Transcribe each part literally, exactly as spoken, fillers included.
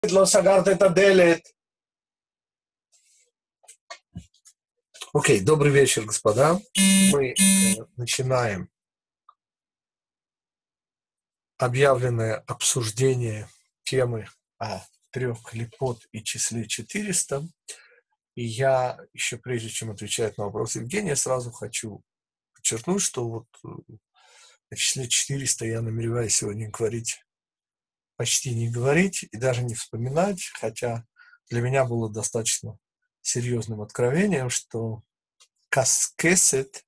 לא סגרת את הדלת. Окей, добрый вечер, господа. Мы э, начинаем объявленное обсуждение темы о трех клипот и числе четыреста. И я, еще прежде чем отвечать на вопрос Евгения, сразу хочу подчеркнуть, что вот о числе четыреста я намереваюсь сегодня говорить, почти не говорить и даже не вспоминать, хотя для меня было достаточно серьезным откровением, что каскесет,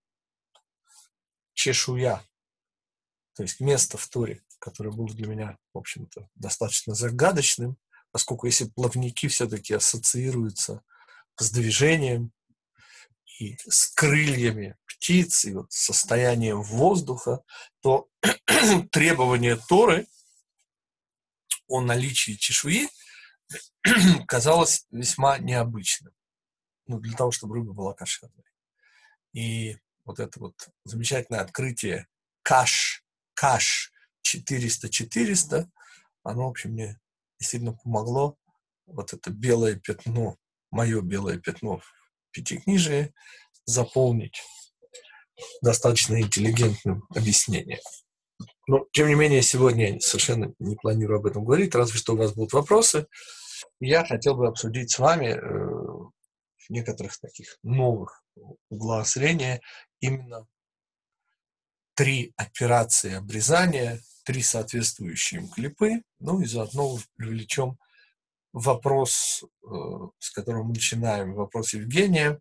чешуя, то есть место в Торе, которое было для меня, в общем-то, достаточно загадочным, поскольку если плавники все-таки ассоциируются с движением и с крыльями птиц, и вот состоянием воздуха, то требование Торы о наличии чешуи казалось весьма необычным. Ну, для того, чтобы рыба была кошерной. И вот это вот замечательное открытие каш, каш четыреста четыреста, оно, в общем, мне действительно помогло вот это белое пятно, мое белое пятно в Пятикнижии заполнить достаточно интеллигентным объяснением. Но, тем не менее, сегодня я совершенно не планирую об этом говорить, разве что у вас будут вопросы. Я хотел бы обсудить с вами э, в некоторых таких новых углах зрения именно три операции обрезания, три соответствующие им клипы, ну и заодно привлечем вопрос, э, с которого мы начинаем, вопрос Евгения.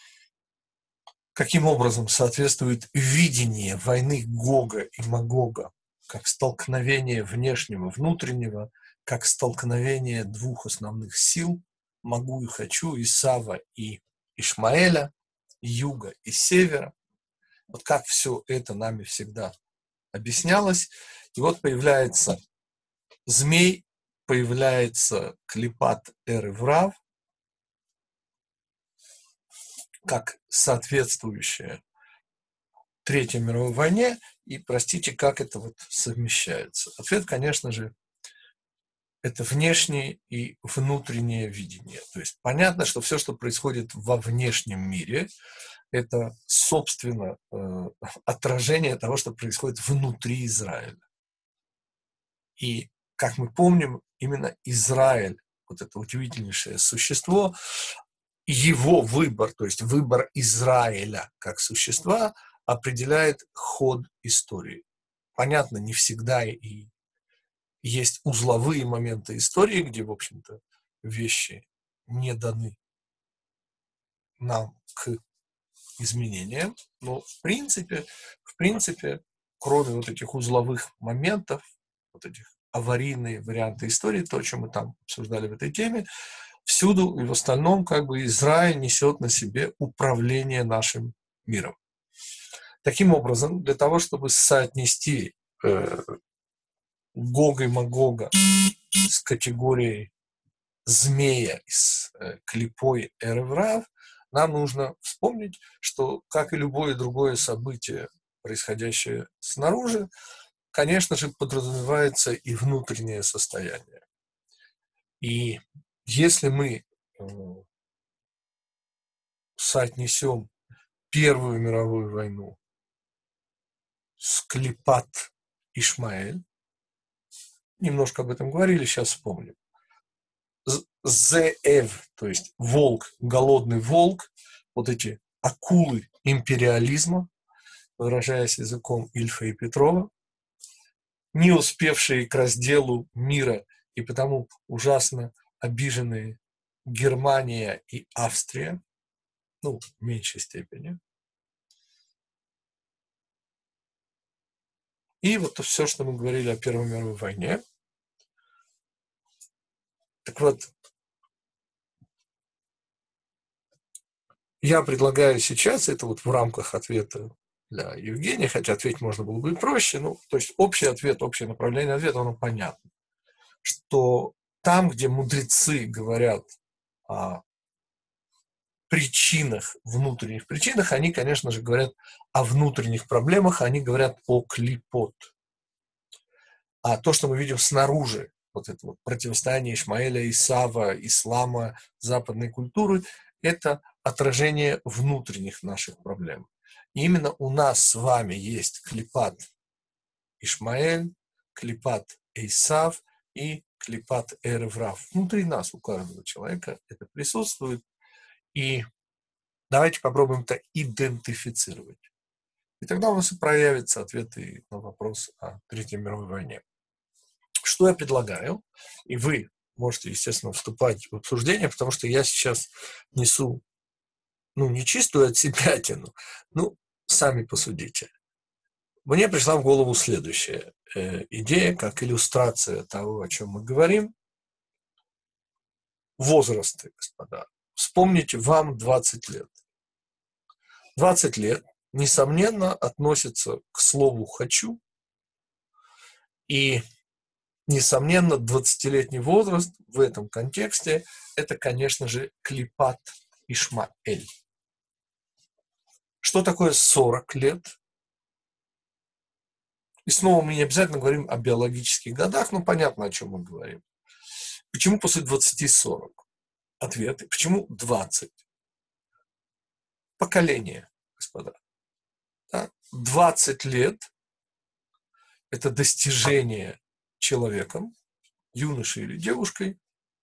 Каким образом соответствует видение войны Гога и Магога как столкновение внешнего, внутреннего, как столкновение двух основных сил, Магу и Хочу, Исава и Ишмаэля, юга и севера. Вот как все это нами всегда объяснялось. И вот появляется змей, появляется клипат Эр-Иврав, как соответствующее Третьей мировой войне, и, простите, как это вот совмещается? Ответ, конечно же, это внешнее и внутреннее видение. То есть понятно, что все, что происходит во внешнем мире, это, собственно, э, отражение того, что происходит внутри Израиля. И, как мы помним, именно Израиль, вот это удивительнейшее существо, его выбор, то есть выбор Израиля как существа, определяет ход истории. Понятно, не всегда и есть узловые моменты истории, где, в общем-то, вещи не даны нам к изменениям, но в принципе, в принципе, кроме вот этих узловых моментов, вот этих аварийные варианты истории, то, о чем мы там обсуждали в этой теме, всюду и в остальном как бы Израиль несет на себе управление нашим миром. Таким образом, для того, чтобы соотнести э, Гога и Магога с категорией змея, с э, клипой Эр-Иврав, нам нужно вспомнить, что, как и любое другое событие, происходящее снаружи, конечно же, подразумевается и внутреннее состояние. И если мы э, соотнесем Первую мировую войну с клипат Ишмаэль, немножко об этом говорили, сейчас вспомним. Зеэв, то есть волк, голодный волк, вот эти акулы империализма, выражаясь языком Ильфа и Петрова, не успевшие к разделу мира и потому ужасно обиженные Германия и Австрия, ну, в меньшей степени. И вот все, что мы говорили о Первой мировой войне. Так вот, я предлагаю сейчас, это вот в рамках ответа для Евгения, хотя ответить можно было бы и проще, ну, то есть общий ответ, общее направление ответа, оно понятно, что там, где мудрецы говорят о причинах, внутренних причинах, они, конечно же, говорят о внутренних проблемах, они говорят о клипот. А то, что мы видим снаружи, вот это вот противостояние Ишмаэля, Исава, ислама, западной культуры, это отражение внутренних наших проблем. И именно у нас с вами есть клипат Ишмаэль, клипат Исав и клипат Эреврав. Внутри нас, у каждого человека это присутствует. И давайте попробуем это идентифицировать. И тогда у нас и проявятся ответы на вопрос о Третьей мировой войне. Что я предлагаю? И вы можете, естественно, вступать в обсуждение, потому что я сейчас несу, ну, не чистую от себятину, ну, сами посудите. Мне пришла в голову следующая э, идея, как иллюстрация того, о чем мы говорим. Возрасты, господа. Вспомните, вам двадцать лет. двадцать лет, несомненно, относится к слову «хочу», и, несомненно, двадцатилетний возраст в этом контексте – это, конечно же, клипат Ишмаэль. Что такое сорок лет? И снова мы не обязательно говорим о биологических годах, но понятно, о чем мы говорим. Почему после двадцати сорок? Ответы. Почему двадцать? Поколение, господа. Да? двадцать лет – это достижение человеком, юношей или девушкой,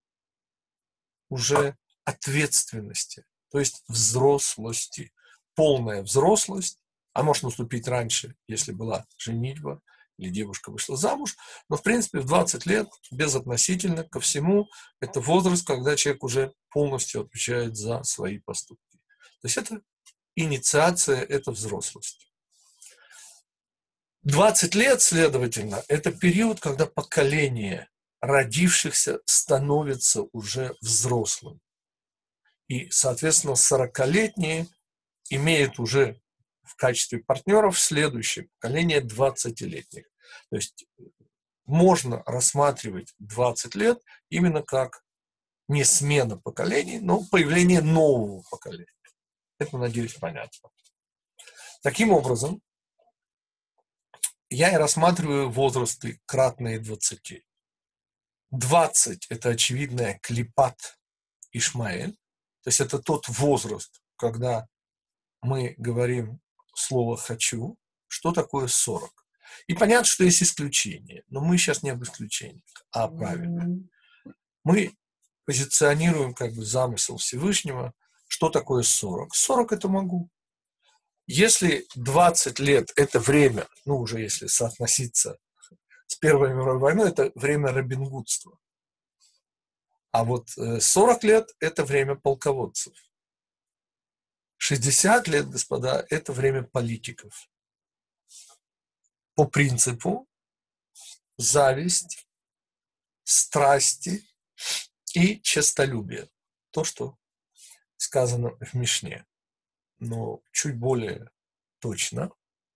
уже ответственности, то есть взрослости. Полная взрослость, а может наступить раньше, если была женитьба или девушка вышла замуж, но в принципе в двадцать лет, безотносительно ко всему, это возраст, когда человек уже полностью отвечает за свои поступки. То есть это инициация, это взрослость. двадцать лет, следовательно, это период, когда поколение родившихся становится уже взрослым. И, соответственно, сорокалетние имеют уже в качестве партнеров следующее поколение двадцатилетних. То есть можно рассматривать двадцать лет именно как не смена поколений, но появление нового поколения. Это, надеюсь, понятно. Таким образом, я и рассматриваю возрасты кратные двадцати. двадцать – это очевидная клипат Ишмаэль, то есть это тот возраст, когда мы говорим слово «хочу». Что такое сорок? И понятно, что есть исключения, но мы сейчас не об исключениях, а о правильных. Мы позиционируем как бы замысел Всевышнего, что такое сорок. сорок – это могу. Если двадцать лет – это время, ну уже если соотноситься с Первой мировой войной, это время робингудства. А вот сорок лет – это время полководцев. шестьдесят лет, господа, это время политиков. По принципу зависть, страсти и честолюбие. То, что сказано в Мишне. Но чуть более точно.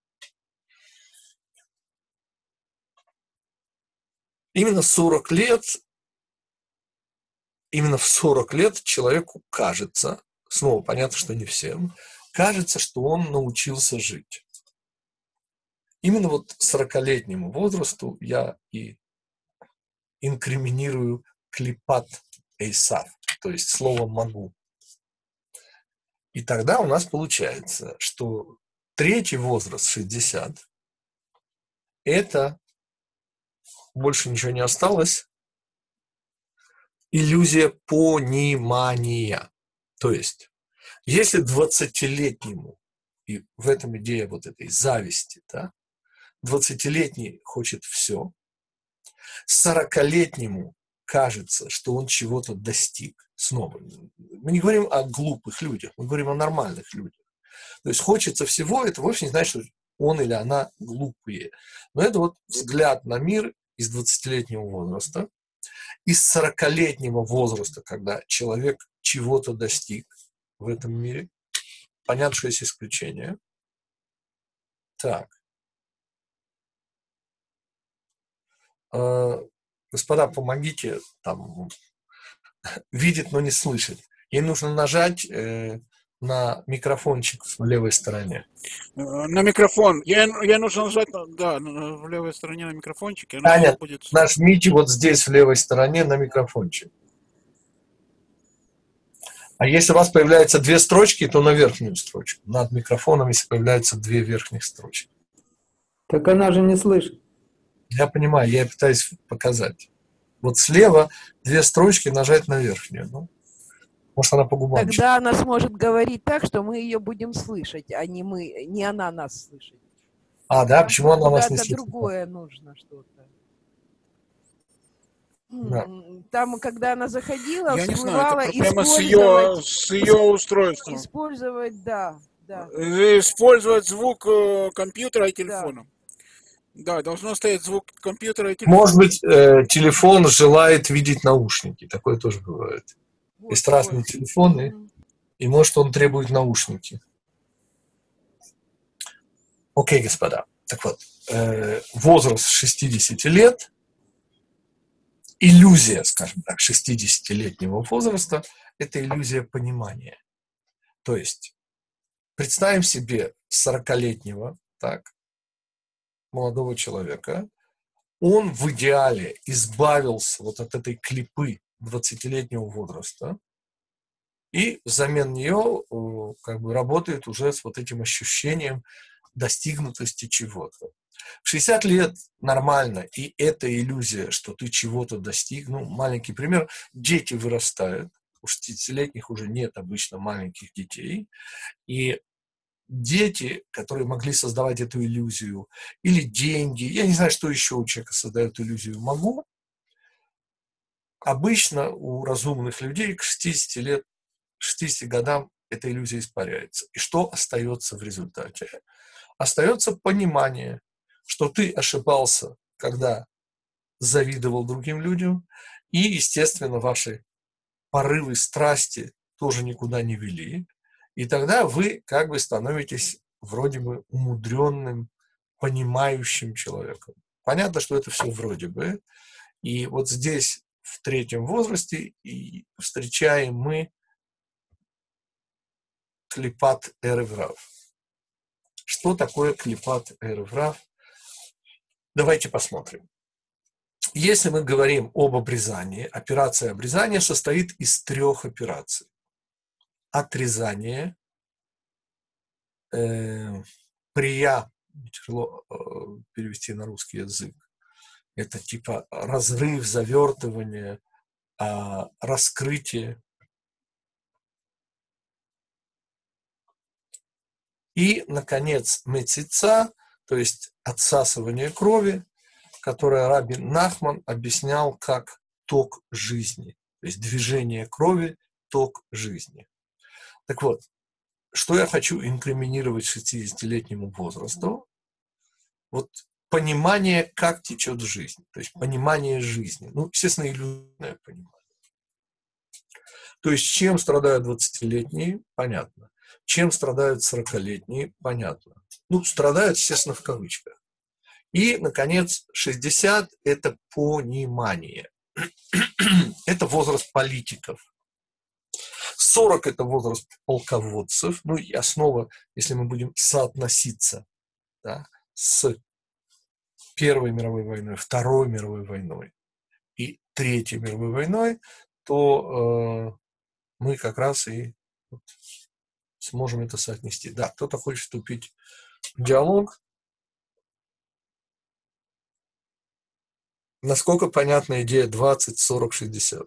Именно сорок лет, именно в сорок лет человеку кажется, снова понятно, что не всем, кажется, что он научился жить. Именно вот сорокалетнему возрасту я и инкриминирую клипат Эйсав, то есть слово «могу». И тогда у нас получается, что третий возраст, шестьдесят, это больше ничего не осталось, иллюзия понимания. То есть, если двадцатилетнему, и в этом идея вот этой зависти, да, двадцатилетний хочет все, сорокалетнему кажется, что он чего-то достиг. Снова, мы не говорим о глупых людях, мы говорим о нормальных людях. То есть хочется всего, это вовсе не значит, что он или она глупые. Но это вот взгляд на мир из двадцатилетнего возраста, из сорокалетнего возраста, когда человек чего-то достиг в этом мире. Понятно, что есть исключения. Так. Господа, помогите, там, видеть, но не слышать. Ей нужно нажать э, на микрофончик в левой стороне. На микрофон. Я, я нужно нажать, да, в левой стороне на микрофончик, и оно А, все нет, будет... нажмите вот здесь в левой стороне на микрофончик. А если у вас появляются две строчки, то на верхнюю строчку. Над микрофоном, если появляются две верхних строчки. Так она же не слышит. Я понимаю, я пытаюсь показать. Вот слева две строчки, нажать на верхнюю. Ну, может, она по губам. Тогда она сможет говорить так, что мы ее будем слышать, а не мы, не она нас слышит. А, да? Нам Почему она нас не куда-то слышит? другое нужно что-то. Да. Там, когда она заходила, Я не знаю, всплывала это прямо с ее, использовать, с ее устройством. использовать, да, да. Использовать звук э, компьютера и телефона. Да. да, должно стоять звук компьютера и телефона. Может быть, э, телефон желает видеть наушники. Такое тоже бывает. Вот, Есть разные вот. телефоны, Мгм. и может он требует наушники. Окей, господа. Так вот, э, возраст шестидесяти лет, иллюзия, скажем так, шестидесятилетнего возраста – это иллюзия понимания. То есть, представим себе сорокалетнего, так, молодого человека, он в идеале избавился вот от этой клипы двадцатилетнего возраста и взамен нее как бы работает уже с вот этим ощущением достигнутости чего-то. В шестьдесят лет нормально, и это иллюзия, что ты чего-то достиг. Ну, маленький пример. Дети вырастают, у шестидесятилетних уже нет обычно маленьких детей, и дети, которые могли создавать эту иллюзию, или деньги, я не знаю, что еще у человека создает иллюзию «могу», обычно у разумных людей к шестидесяти лет, шестидесяти годам эта иллюзия испаряется. И что остается в результате? Остается понимание, что ты ошибался, когда завидовал другим людям, и, естественно, ваши порывы страсти тоже никуда не вели, и тогда вы как бы становитесь вроде бы умудренным, понимающим человеком. Понятно, что это все вроде бы, и вот здесь в третьем возрасте и встречаем мы клипат эрев рав. Что такое клипат эрев рав? Давайте посмотрим. Если мы говорим об обрезании, операция обрезания состоит из трех операций. Отрезание, э, прия, тяжело э, перевести на русский язык, это типа разрыв, завертывание, э, раскрытие. И, наконец, мецица, то есть отсасывание крови, которое Раби Нахман объяснял как ток жизни, то есть движение крови, ток жизни. Так вот, что я хочу инкриминировать шестидесятилетнему возрасту? Вот понимание, как течет жизнь, то есть понимание жизни. Ну, естественно, иллюзорное понимание. То есть чем страдают двадцатилетние, понятно. Чем страдают сорокалетние, понятно. Ну, страдают, естественно, в кавычках. И, наконец, шестьдесят – это понимание. Это возраст политиков. сорок – это возраст полководцев. Ну, и основа, если мы будем соотноситься, да, с Первой мировой войной, Второй мировой войной и Третьей мировой войной, то э, мы как раз и вот сможем это соотнести. Да, кто-то хочет вступить в диалог. Насколько понятна идея двадцать, сорок, шестьдесят?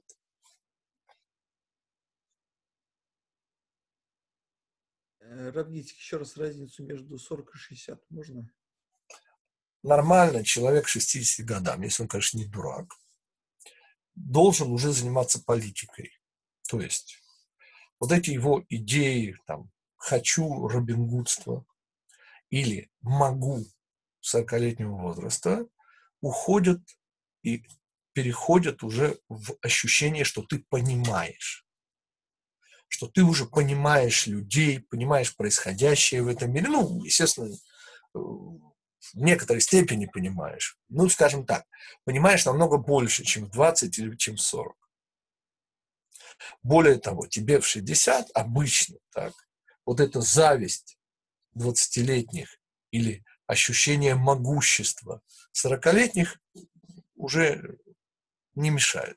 Равнить еще раз разницу между сорок и шестьдесят можно? Нормально человек к шестидесяти годам, если он, конечно, не дурак, должен уже заниматься политикой. То есть вот эти его идеи, там, хочу робингудства или могу сорокалетнего возраста, уходят и переходят уже в ощущение, что ты понимаешь. Что ты уже понимаешь людей, понимаешь происходящее в этом мире. Ну, естественно, в некоторой степени понимаешь. Ну, скажем так, понимаешь намного больше, чем в двадцать или чем в сорок. Более того, тебе в шестьдесят обычно так вот эта зависть двадцатилетних или ощущение могущества сорокалетних уже не мешает.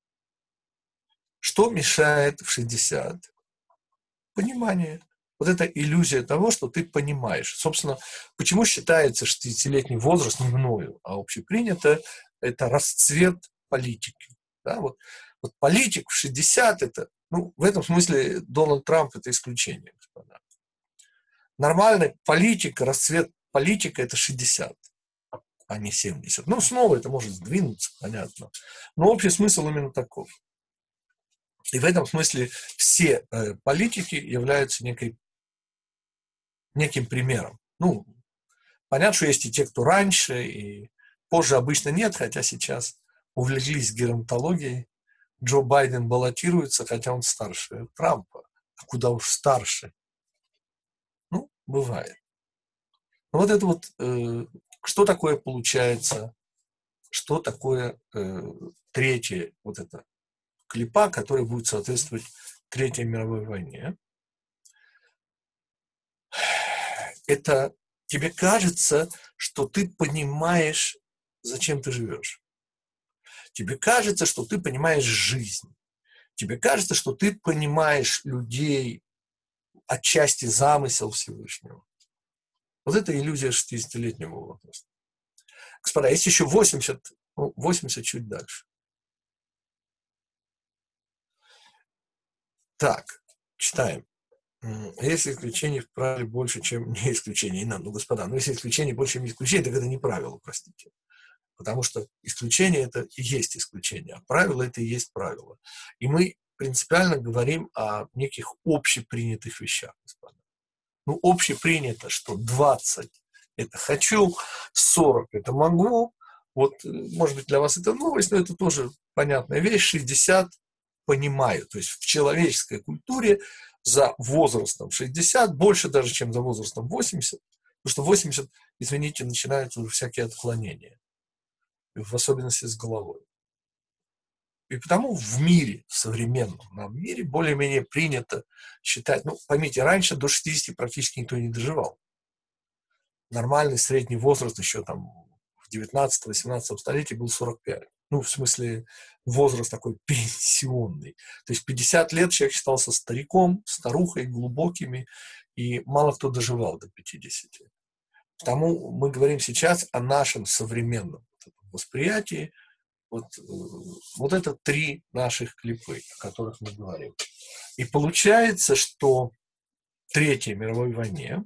Что мешает в шестьдесят? Понимание. Вот эта иллюзия того, что ты понимаешь. Собственно, почему считается шестидесятилетний возраст не мною, а общепринято, это расцвет политики. Да? Вот, вот политик в шестьдесят это, ну, в этом смысле Дональд Трамп это исключение, господа. Нормальный политик, расцвет политика это шестьдесят, а не семьдесят. Ну, снова это может сдвинуться, понятно. Но общий смысл именно таков. И в этом смысле все э, политики являются некой, неким примером. Ну, понятно, что есть и те, кто раньше, и позже обычно нет, хотя сейчас увлеклись геронтологией. Джо Байден баллотируется, хотя он старше Трампа. А куда уж старше. Ну, бывает. Но вот это вот, э, что такое получается, что такое э, третье, вот это клипа, который будет соответствовать Третьей мировой войне. Это тебе кажется, что ты понимаешь, зачем ты живешь. Тебе кажется, что ты понимаешь жизнь. Тебе кажется, что ты понимаешь людей, отчасти замысел Всевышнего. Вот это иллюзия шестидесятилетнего возраста. Господа, есть еще восемьдесят, ну, восемьдесят чуть дальше. Так, читаем. Если исключений в правиле больше, чем не исключений. Ну, господа, ну если исключений больше, чем не исключений, так это не правило, простите. Потому что исключение это и есть исключение, а правило это и есть правило. И мы принципиально говорим о неких общепринятых вещах, господа. Ну, общепринято, что двадцать это хочу, сорок это могу. Вот, может быть, для вас это новость, но это тоже понятная вещь. шестьдесят понимаю. То есть в человеческой культуре за возрастом шестьдесят больше даже, чем за возрастом восемьдесят. Потому что восемьдесят, извините, начинаются уже всякие отклонения. В особенности с головой. И потому в мире, в современном нам мире, более-менее принято считать, ну, поймите, раньше до шестидесяти практически никто не доживал. Нормальный средний возраст еще там в девятнадцатом-восемнадцатом столетии был сорок пять. Ну, в смысле, возраст такой пенсионный. То есть пятьдесят лет человек считался стариком, старухой, глубокими, и мало кто доживал до пятидесяти. Потому мы говорим сейчас о нашем современном восприятии. Вот, вот это три наших клипы, о которых мы говорим. И получается, что Третьей мировой войне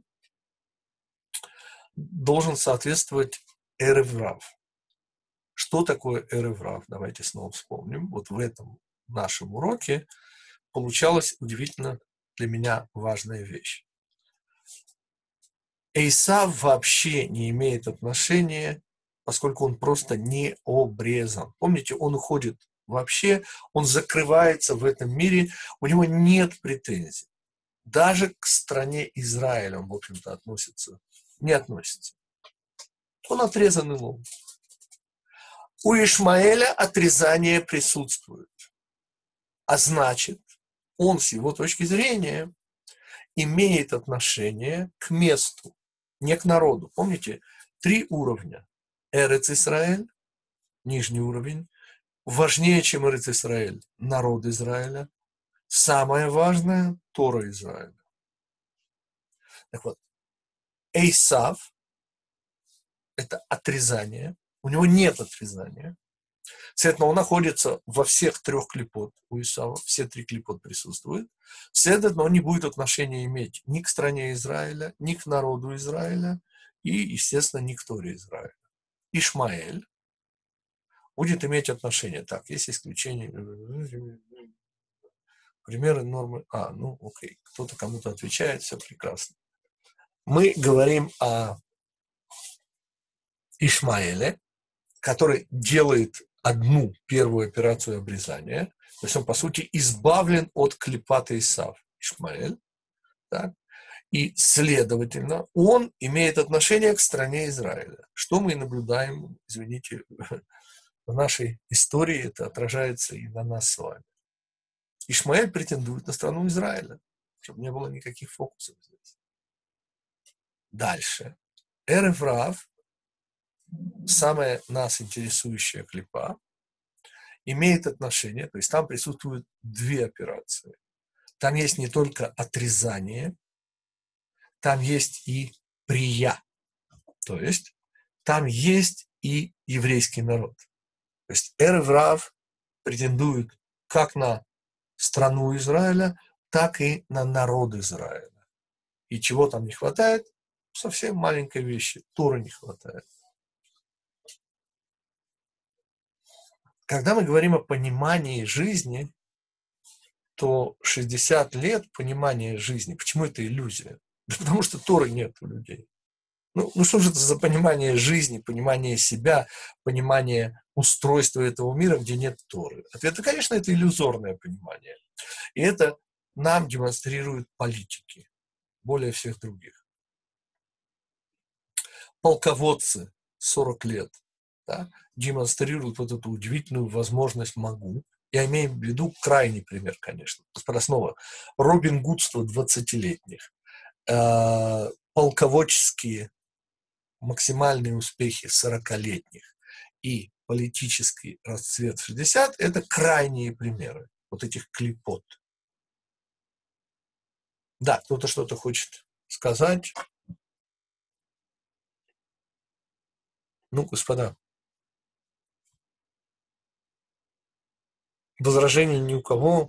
должен соответствовать Эрев Рав. Что такое Эрев Рав? Давайте снова вспомним. Вот в этом нашем уроке получалась удивительно для меня важная вещь. Эйсав вообще не имеет отношения, поскольку он просто не обрезан. Помните, он уходит вообще, он закрывается в этом мире, у него нет претензий. Даже к стране Израиля он, в общем-то, относится, не относится. Он отрезанный лом. У Ишмаэля отрезание присутствует. А значит, он с его точки зрения имеет отношение к месту, не к народу. Помните, три уровня. Эрец Исраэль, нижний уровень, важнее, чем Эрец Исраэль, народ Израиля. Самое важное – Тора Израиля. Так вот, Эйсав – это отрезание. У него нет отрезания. Следовательно, он находится во всех трех клипот у Исава. Все три клипот присутствуют. Следовательно, он не будет отношения иметь ни к стране Израиля, ни к народу Израиля и, естественно, ни к Торе Израиля. Ишмаэль будет иметь отношение. Так, есть исключение. Примеры нормы. А, ну, окей. Кто-то кому-то отвечает, все прекрасно. Мы говорим о Ишмаэле, который делает одну первую операцию обрезания. То есть он, по сути, избавлен от клипата Исав. Ишмаэль. Так? И, следовательно, он имеет отношение к стране Израиля. Что мы наблюдаем, извините, в нашей истории, это отражается и на нас с вами. Ишмаэль претендует на страну Израиля. чтобы не было никаких фокусов здесь. Дальше. Эрев Рав, самая нас интересующая клипа, имеет отношение, то есть там присутствуют две операции. Там есть не только отрезание, там есть и прия, то есть там есть и еврейский народ. То есть Эрев Рав претендует как на страну Израиля, так и на народ Израиля. И чего там не хватает? Совсем маленькой вещи. Торы не хватает. Когда мы говорим о понимании жизни, то шестьдесят лет понимания жизни, почему это иллюзия? Да потому что Торы нет у людей. Ну, ну что же это за понимание жизни, понимание себя, понимание устройства этого мира, где нет Торы? Ответ, конечно, это иллюзорное понимание. И это нам демонстрируют политики, более всех других. Полководцы сорок лет, да, демонстрируют вот эту удивительную возможность «могу». Я имею в виду крайний пример, конечно. Господа, снова, Робин Гудство двадцатилетних, э, полководческие максимальные успехи сорокалетних и политический расцвет в шестьдесят – это крайние примеры вот этих клипот. Да, кто-то что-то хочет сказать. Ну, господа, возражений ни у кого.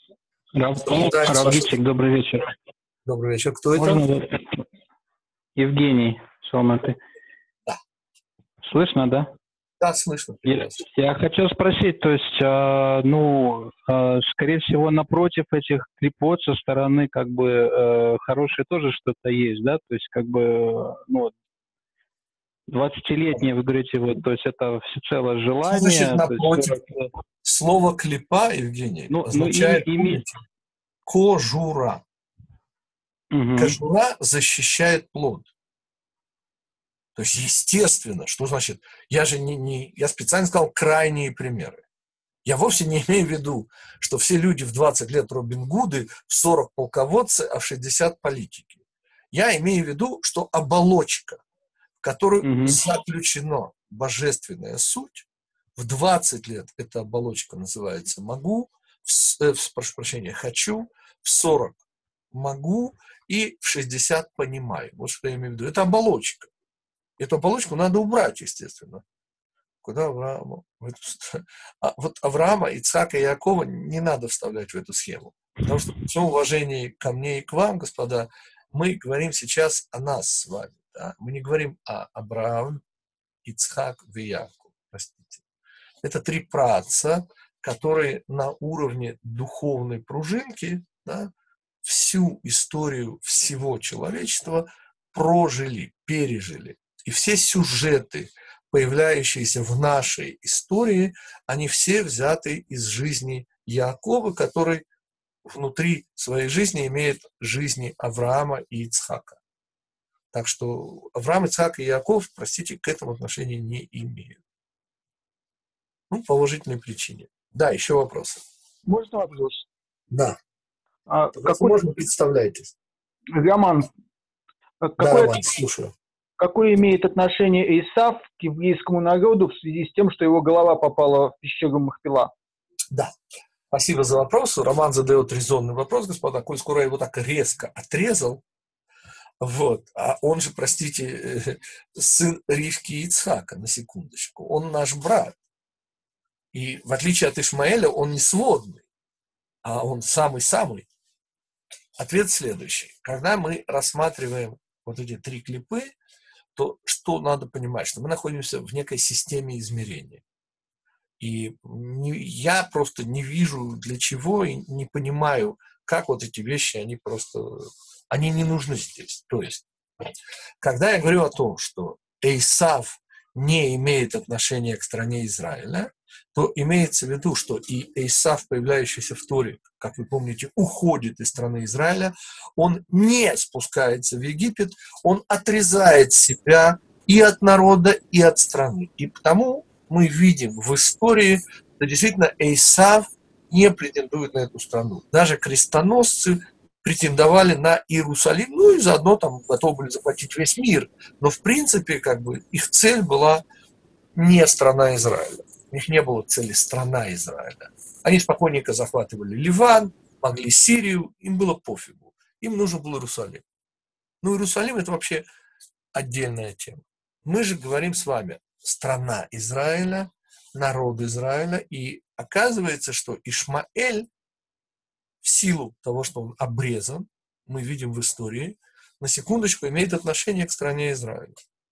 Равдичек, добрый вечер. Добрый вечер. Кто Можно? это? Евгений Шалматы. Да. Слышно, да? Да, слышно. Я, я хотел спросить, то есть, э, ну, э, скорее всего, напротив этих клипот со стороны, как бы, э, хорошее тоже что-то есть, да? То есть, как бы, э, ну, двадцатилетние, вы говорите, вот, то есть, это всецело желание. Что значит напротив? Есть, Слово клипа, Евгений, ну, означает ну, ими, ими... кожура. Угу. Кожура защищает плод. То есть, естественно, что значит, я же не, не, я специально сказал крайние примеры. Я вовсе не имею в виду, что все люди в двадцать лет Робин Гуды, в сорок полководцы, а в шестьдесят политики. Я имею в виду, что оболочка, в которую угу. заключена божественная суть, в двадцать лет эта оболочка называется «могу», в, э, прошу прощения, «хочу», в сорок «могу» и в шестьдесят «понимаю». Вот что я имею в виду. Это оболочка. Эту оболочку надо убрать, естественно. Куда Аврааму? А вот Авраама, Ицхака и Иакова не надо вставлять в эту схему. Потому что при всем уважении ко мне и к вам, господа, мы говорим сейчас о нас с вами. Да? Мы не говорим о Аврааме, Ицхак и Иаков. Простите. Это три праотца, которые на уровне духовной пружинки, да, всю историю всего человечества прожили, пережили. И все сюжеты, появляющиеся в нашей истории, они все взяты из жизни Иакова, который внутри своей жизни имеет жизни Авраама и Ицхака. Так что Авраам, Ицхак и Иаков, простите, к этому отношения не имеют. Ну, по уважительной причине. Да, еще вопросы. Можно вопрос? Да. А, какой... Можно представляйтесь. Роман. Какой, да, Роман, слушаю. Какое имеет отношение Исав к еврейскому народу в связи с тем, что его голова попала в пещеру Махпела? Да. Спасибо за вопрос. Роман задает резонный вопрос, господа. Коль скоро я его так резко отрезал, вот, а он же, простите, сын Ривки и Ицхака, на секундочку. Он наш брат. И в отличие от Ишмаэля, он не сводный, а он самый-самый. Ответ следующий. Когда мы рассматриваем вот эти три клипы, то что надо понимать? Что мы находимся в некой системе измерения. И не, я просто не вижу для чего и не понимаю, как вот эти вещи, они просто, они не нужны здесь. То есть, когда я говорю о том, что Эйсав не имеет отношения к стране Израиля, то имеется в виду, что и Эйсав, появляющийся в Торе, как вы помните, уходит из страны Израиля, он не спускается в Египет, он отрезает себя и от народа, и от страны. И потому мы видим в истории, что действительно Эйсав не претендует на эту страну. Даже крестоносцы претендовали на Иерусалим, ну и заодно там готовы были захватить весь мир. Но в принципе как бы их цель была не страна Израиля. У них не было цели страна Израиля. Они спокойненько захватывали Ливан, могли Сирию, им было пофигу. Им нужен был Иерусалим. Ну, Иерусалим – это вообще отдельная тема. Мы же говорим с вами страна Израиля, народ Израиля, и оказывается, что Ишмаэль, в силу того, что он обрезан, мы видим в истории, на секундочку имеет отношение к стране Израиля.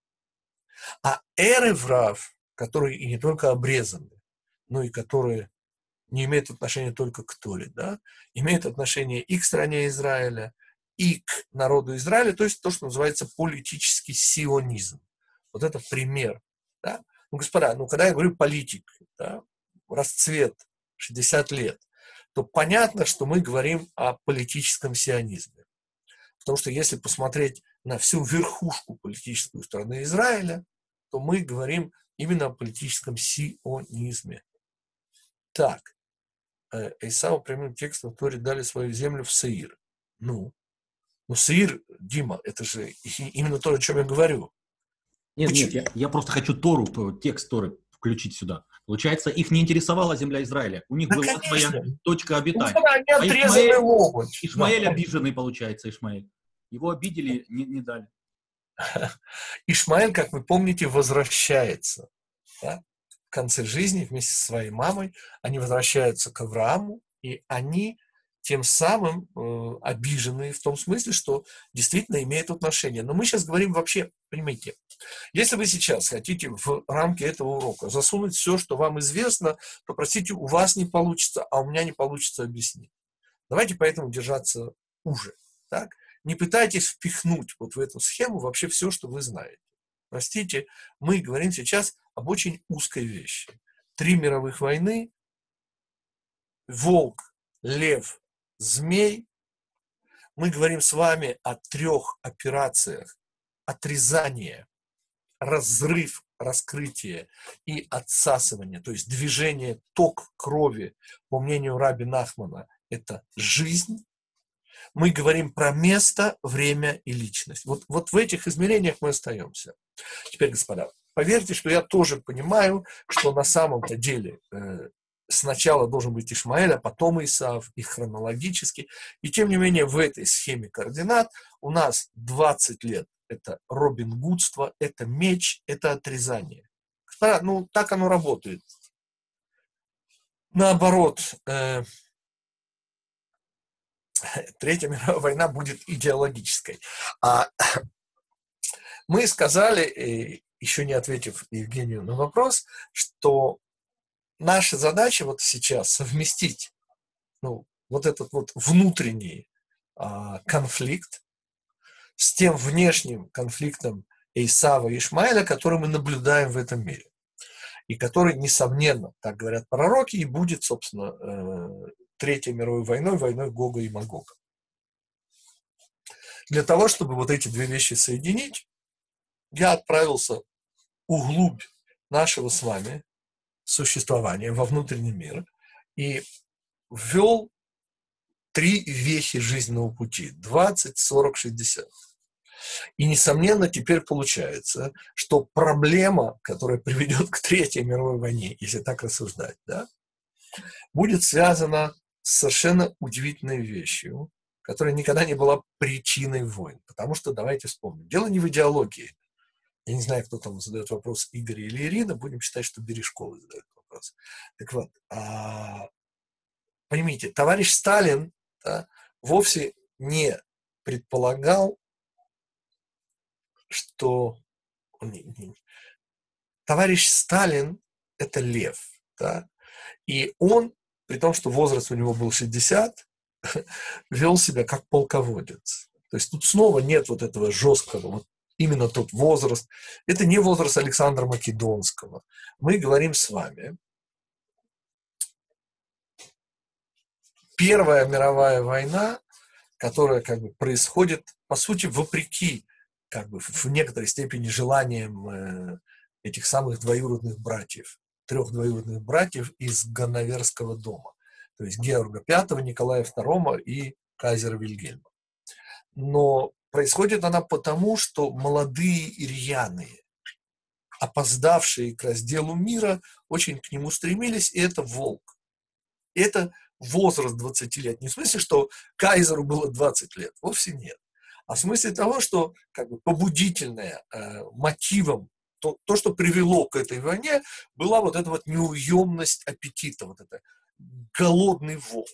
А Эреврав, которые и не только обрезаны, но и которые не имеют отношения только к Торе, да, имеют отношение и к стране Израиля, и к народу Израиля, то есть то, что называется политический сионизм. Вот это пример. Да? Ну, господа, ну, когда я говорю политик, да, расцвет шестьдесят лет, то понятно, что мы говорим о политическом сионизме. Потому что если посмотреть на всю верхушку политическую страны Израиля, то мы говорим именно о политическом сионизме. Так, Эйсаву прямым текстом в Торе дали свою землю в Сеир. Ну, ну Сеир, Дима, это же именно то, о чем я говорю. Нет, Почему? нет, я, я просто хочу Тору, текст Торы включить сюда. Получается, их не интересовала земля Израиля. У них Да, была конечно. своя точка обитания. Ну, они А отрезаны Ишмаэль, локоть. Ишмаэль Да. обиженный, получается, Ишмаэль. Его обидели, не, не дали. Ишмаэль, как вы помните, возвращается. Да? В конце жизни вместе со своей мамой они возвращаются к Аврааму, и они тем самым э, обижены в том смысле, что действительно имеют отношение. Но мы сейчас говорим вообще, понимаете, если вы сейчас хотите в рамки этого урока засунуть все, что вам известно, то, простите, у вас не получится, а у меня не получится объяснить. Давайте поэтому держаться уже. Так? Не пытайтесь впихнуть вот в эту схему вообще все, что вы знаете. Простите, мы говорим сейчас об очень узкой вещи. Три мировых войны, волк, лев, змей. Мы говорим с вами о трех операциях: отрезание, разрыв, раскрытие и отсасывание, то есть движение, ток крови, по мнению Раби Нахмана, это жизнь. Мы говорим про место, время и личность. Вот, вот в этих измерениях мы остаемся. Теперь, господа, поверьте, что я тоже понимаю, что на самом-то деле э, сначала должен быть Ишмаэль, а потом Исав, и хронологически. И тем не менее в этой схеме координат у нас двадцать лет. Это Робин Гудство, это меч, это отрезание. Господа, ну так оно работает. Наоборот, э, Третья мировая война будет идеологической. А мы сказали, еще не ответив Евгению на вопрос, что наша задача вот сейчас совместить ну, вот этот вот внутренний а, конфликт с тем внешним конфликтом Эйсава и Ишмаэля, который мы наблюдаем в этом мире. И который, несомненно, так говорят пророки, и будет, собственно, э, Третьей мировой войной, войной Гога и Магога. Для того, чтобы вот эти две вещи соединить, я отправился углубь нашего с вами существования во внутренний мир и ввел три вехи жизненного пути: двадцать, сорок, шестьдесят. И, несомненно, теперь получается, что проблема, которая приведет к Третьей мировой войне, если так рассуждать, да, будет связана с совершенно удивительной вещью, которая никогда не была причиной войн. Потому что, давайте вспомним, дело не в идеологии. Я не знаю, кто там задает вопрос, Игорь или Ирина, будем считать, что Бережкова задает вопрос. Так вот, а, поймите, товарищ Сталин да, вовсе не предполагал, что не, не, товарищ Сталин – это лев, да, и он, при том, что возраст у него был шестьдесят, вел себя как полководец. То есть тут снова нет вот этого жесткого, вот именно тот возраст. Это не возраст Александра Македонского. Мы говорим с вами. Первая мировая война, которая как бы происходит, по сути, вопреки как бы в некоторой степени желаниям э, этих самых двоюродных братьев, трех двоюродных братьев из Ганноверского дома. То есть Георга Пятого, Николая Второго и кайзера Вильгельма. Но происходит она потому, что молодые и рьяные, опоздавшие к разделу мира, очень к нему стремились, и это волк. И это возраст двадцати лет. Не в смысле, что кайзеру было двадцать лет, вовсе нет. А в смысле того, что как бы побудительное, э, мотивом, то, то, что привело к этой войне, была вот эта вот неуемность аппетита, вот это голодный волк.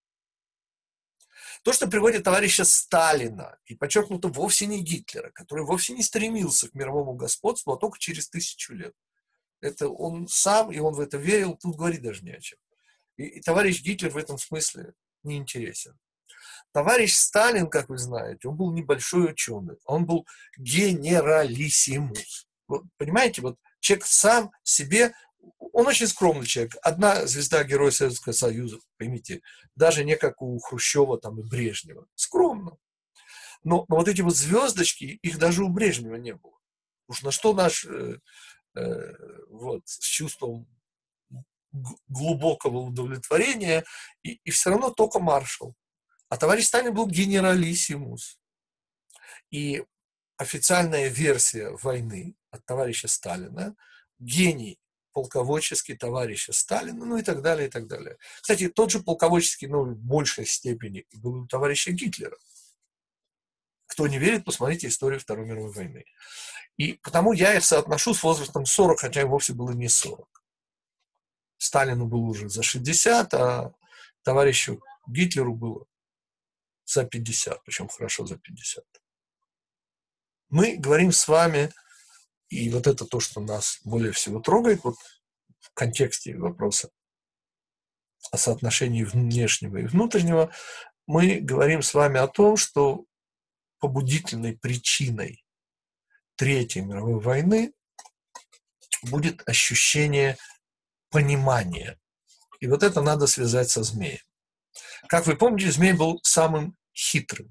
То, что приводит товарища Сталина, и подчеркнуто вовсе не Гитлера, который вовсе не стремился к мировому господству, а только через тысячу лет. Это он сам, и он в это верил, тут говорить даже не о чем. И, и товарищ Гитлер в этом смысле не интересен. Товарищ Сталин, как вы знаете, он был небольшой ученый, он был генералиссимус. Вот, понимаете, вот человек сам себе, он очень скромный человек. Одна звезда Героя Советского Союза, поймите, даже не как у Хрущева там, и Брежнева. Скромно. Но, но вот эти вот звездочки, их даже у Брежнева не было. Уж на что наш э, э, вот, с чувством глубокого удовлетворения, и, и все равно только маршал. А товарищ Сталин был генералиссимус. И официальная версия войны от товарища Сталина, гений полководческий товарища Сталина, ну и так далее, и так далее. Кстати, тот же полководческий, но в большей степени был у товарища Гитлера. Кто не верит, посмотрите историю Второй мировой войны. И потому я их соотношу с возрастом сорок, хотя и вовсе было не сорок. Сталину было уже за шестьдесят, а товарищу Гитлеру было за пятьдесят, причем хорошо за пятьдесят. Мы говорим с вами, и вот это то, что нас более всего трогает, вот в контексте вопроса о соотношении внешнего и внутреннего, мы говорим с вами о том, что побудительной причиной Третьей мировой войны будет ощущение понимания. И вот это надо связать со змеем. Как вы помните, змей был самым хитрым.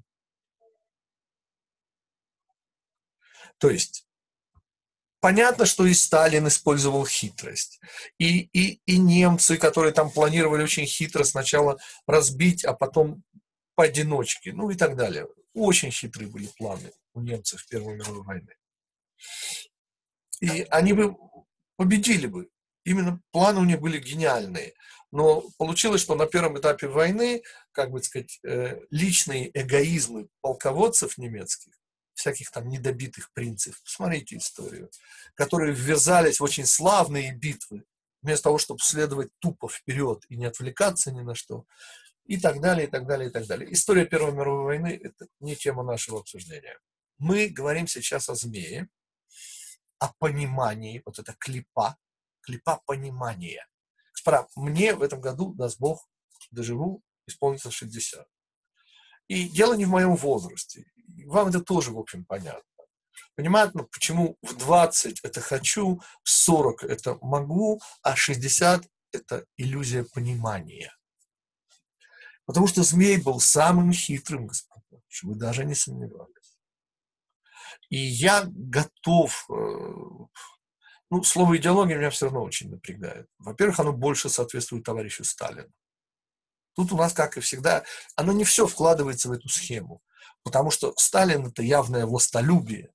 То есть, понятно, что и Сталин использовал хитрость. И, и, и немцы, которые там планировали очень хитро сначала разбить, а потом поодиночке, ну и так далее. Очень хитрые были планы у немцев Первой мировой войны. И они бы победили бы. Именно планы у них были гениальные. Но получилось, что на первом этапе войны, как бы сказать, личные эгоизмы полководцев немецких, всяких там недобитых принцев, посмотрите историю, которые ввязались в очень славные битвы, вместо того, чтобы следовать тупо вперед и не отвлекаться ни на что, и так далее, и так далее, и так далее. История Первой мировой войны – это не тема нашего обсуждения. Мы говорим сейчас о змее, о понимании, вот это клипа, клипа понимания. Справа, мне в этом году, даст Бог, доживу, исполнится шестьдесят. И дело не в моем возрасте. Вам это тоже, в общем, понятно. Понятно, почему в двадцать это хочу, в сорок это могу, а шестьдесят это иллюзия понимания. Потому что змей был самым хитрым, господа, что вы даже не сомневались. И я готов... Ну, слово идеология меня все равно очень напрягает. Во-первых, оно больше соответствует товарищу Сталину. Тут у нас, как и всегда, оно не все вкладывается в эту схему. Потому что Сталин – это явное властолюбие.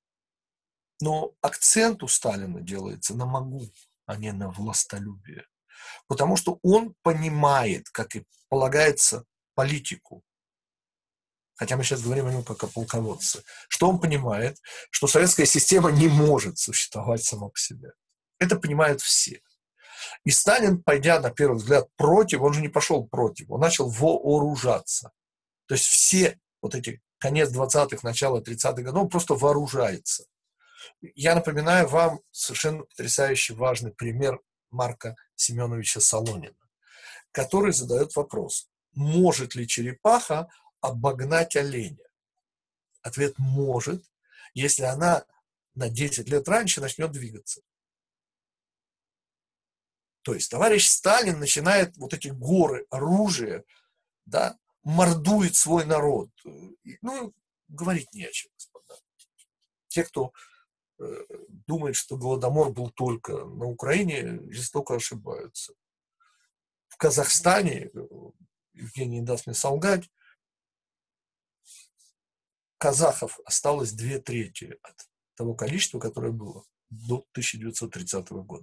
Но акцент у Сталина делается на «могу», а не на властолюбие. Потому что он понимает, как и полагается политику. Хотя мы сейчас говорим о нем как о полководце. Что он понимает? Что советская система не может существовать сама по себе. Это понимают все. И Сталин, пойдя на первый взгляд против, он же не пошел против, он начал вооружаться. То есть все вот эти конец двадцатых, начало тридцатых годов, он просто вооружается. Я напоминаю вам совершенно потрясающий важный пример Марка Семеновича Солонина, который задает вопрос, может ли черепаха обогнать оленя? Ответ – может, если она на десять лет раньше начнет двигаться. То есть товарищ Сталин начинает вот эти горы оружия, да, мордует свой народ. Ну, говорить не о чем, господа. Те, кто э, думает, что Голодомор был только на Украине, жестоко ошибаются. В Казахстане, Евгений не даст мне солгать, казахов осталось две трети от того количества, которое было до тысяча девятьсот тридцатого года.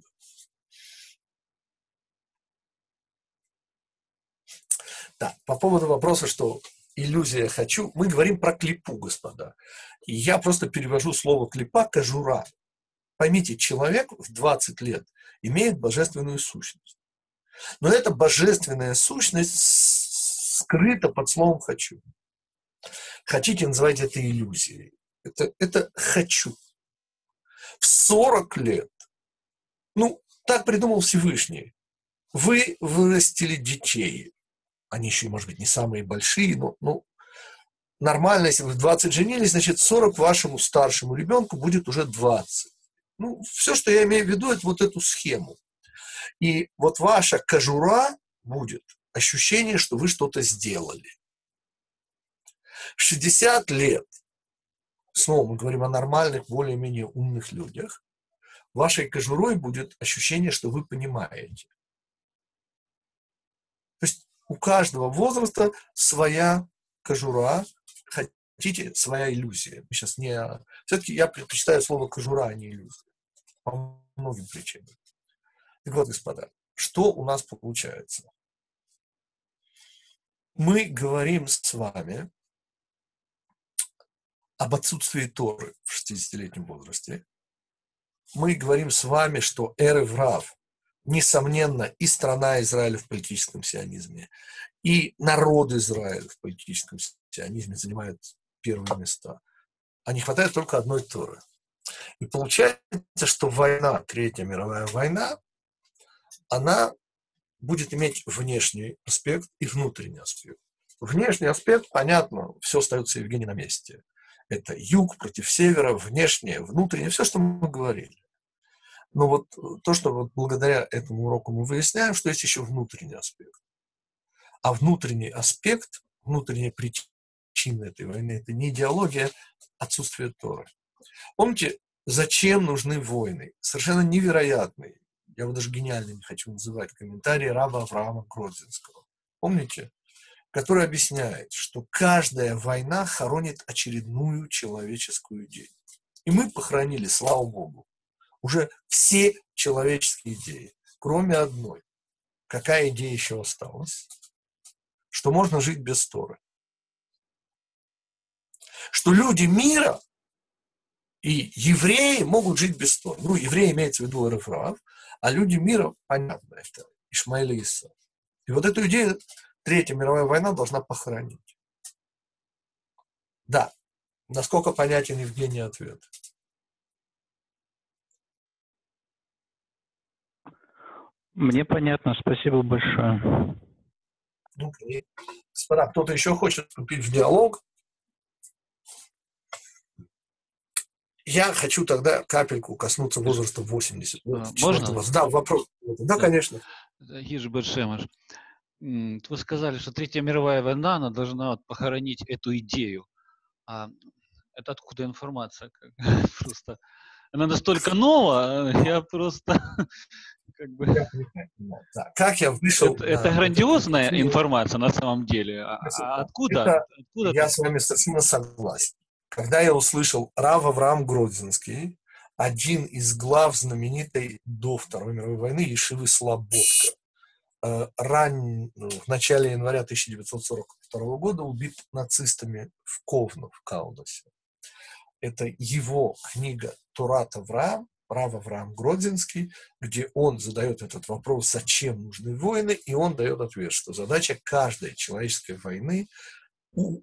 Да, по поводу вопроса, что иллюзия «хочу», мы говорим про клипу, господа. И я просто перевожу слово клипа «кожура». Поймите, человек в двадцать лет имеет божественную сущность. Но эта божественная сущность скрыта под словом «хочу». Хотите, называйте это иллюзией. Это, это «хочу». В сорок лет, ну, так придумал Всевышний, вы вырастили детей. Они еще, может быть, не самые большие, но ну, нормально, если вы в двадцать женились, значит, сорок вашему старшему ребенку будет уже двадцать. Ну, все, что я имею в виду, это вот эту схему. И вот ваша кожура будет ощущение, что вы что-то сделали. В шестьдесят лет, снова мы говорим о нормальных, более-менее умных людях, вашей кожурой будет ощущение, что вы понимаете. То есть у каждого возраста своя кожура, хотите, своя иллюзия. Мы сейчас не... Все-таки я предпочитаю слово кожура, а не иллюзия. По многим причинам. Так вот, господа, что у нас получается? Мы говорим с вами об отсутствии Торы в шестидесятилетнем возрасте. Мы говорим с вами, что Эрев Рав, несомненно, и страна Израиля в политическом сионизме, и народ Израиля в политическом сионизме занимают первые места. А не хватает только одной Торы. И получается, что война, Третья мировая война, она будет иметь внешний аспект и внутренний аспект. Внешний аспект, понятно, все остается, Евгений, на месте. Это юг против севера, внешнее, внутреннее, все, что мы говорили. Но вот то, что вот благодаря этому уроку мы выясняем, что есть еще внутренний аспект. А внутренний аспект, внутренняя причина этой войны, это не идеология, а отсутствие Торы. Помните, зачем нужны войны? Совершенно невероятный, я его даже гениальный не хочу называть, комментарий раба Авраама Гродзенского. Помните? Который объясняет, что каждая война хоронит очередную человеческую идею. И мы похоронили, слава Богу, уже все человеческие идеи, кроме одной. Какая идея еще осталась? Что можно жить без Торы. Что люди мира и евреи могут жить без Торы. Ну, евреи имеется в виду Эрев Рав, а люди мира, понятно, это Ишмаэль и Исав. И вот эту идею Третья мировая война должна похоронить. Да. Насколько понятен, Евгений, ответ? Мне понятно, спасибо большое. Ну, и, господа, кто-то еще хочет вступить в диалог? Я хочу тогда капельку коснуться возраста восемьдесят. Можно? Вас? Да, вопрос. Да, конечно. Хиж Бетшемеш. Вы сказали, что Третья мировая война, она должна вот похоронить эту идею. А это откуда информация? Просто она настолько нова, я просто как бы... Да. Как я вышел... Это, это грандиозная это... информация на самом деле. А, а откуда? Это, откуда я ты... с вами совершенно согласен. Когда я услышал рав Авраам Гродзенский, один из глав знаменитой до Второй мировой войны Ешивы Слободка, ран... в начале января тысяча девятьсот сорок второго года убит нацистами в Ковно, в Каунасе. Это его книга «Торат Авраам», рав Авраам Гродзенский, где он задает этот вопрос, зачем нужны войны, и он дает ответ, что задача каждой человеческой войны у...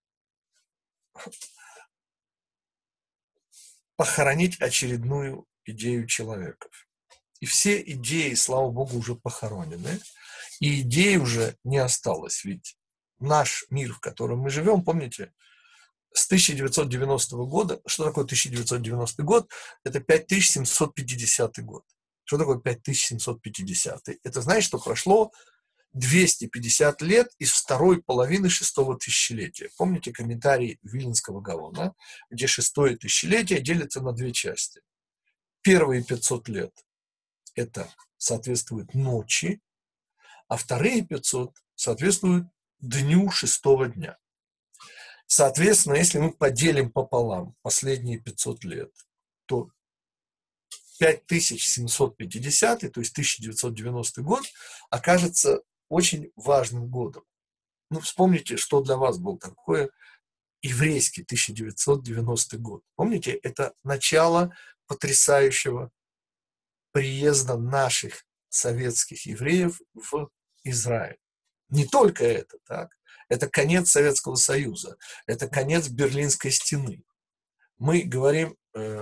похоронить очередную идею человека. И все идеи, слава Богу, уже похоронены, и идей уже не осталось. Ведь наш мир, в котором мы живем, помните, с тысяча девятьсот девяностого года, что такое тысяча девятьсот девяностый год? Это пять тысяч семьсот пятидесятый год. Что такое пять тысяч семьсот пятидесятый? Это значит, что прошло двести пятьдесят лет из второй половины шестого тысячелетия. Помните комментарий Вильнского Гаона, где шестое тысячелетие делится на две части. Первые пятьсот лет это соответствует ночи, а вторые пятьсот соответствуют дню шестого дня. Соответственно, если мы поделим пополам последние пятьсот лет, то пять тысяч семьсот пятидесятый, то есть тысяча девятьсот девяностый год, окажется очень важным годом. Ну, вспомните, что для вас был такое еврейский тысяча девятьсот девяностый год. Помните, это начало потрясающего приезда наших советских евреев в Израиль. Не только это, так? Это конец Советского Союза, это конец Берлинской стены. Мы говорим... Э,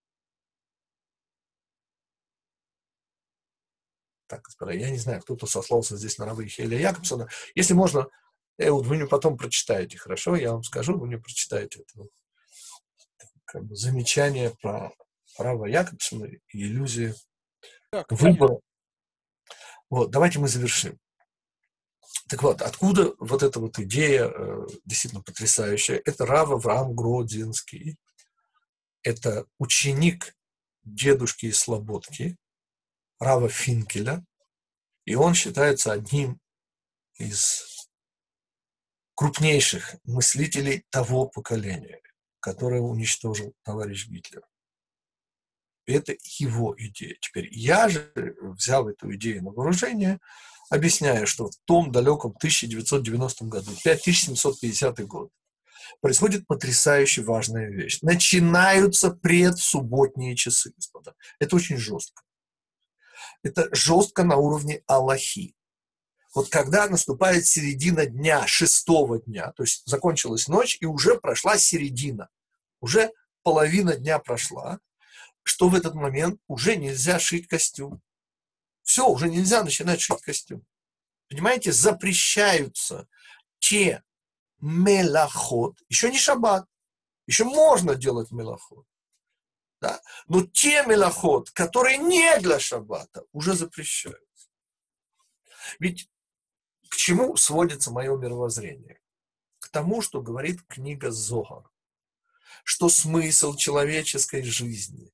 так, господа, я не знаю, кто-то сослался здесь на Рава Ихеля Якобсона. Если можно, Эуд, вы мне потом прочитаете, хорошо? Я вам скажу, вы мне прочитаете это как бы замечание про Рава Якобсона и иллюзии Так, выбора. Вот, давайте мы завершим. Так вот, откуда вот эта вот идея э, действительно потрясающая? Это Рав Авраам Гродзинский. Это ученик дедушки из Слободки, Рава Финкеля. И он считается одним из крупнейших мыслителей того поколения, которое уничтожил товарищ Гитлер. Это его идея. Теперь я же взял эту идею на вооружение, объясняя, что в том далеком тысяча девятьсот девяностом году, пять тысяч семьсот пятидесятый год, происходит потрясающе важная вещь. Начинаются предсубботние часы, господа. Это очень жестко. Это жестко на уровне Аллахи. Вот когда наступает середина дня, шестого дня, то есть закончилась ночь, и уже прошла середина, уже половина дня прошла, что в этот момент уже нельзя шить костюм. Все, уже нельзя начинать шить костюм. Понимаете, запрещаются те мелахот, еще не шаббат, еще можно делать мелахот, да? Но те мелахот, которые не для шаббата, уже запрещаются. Ведь к чему сводится мое мировоззрение? К тому, что говорит книга Зогар, что смысл человеческой жизни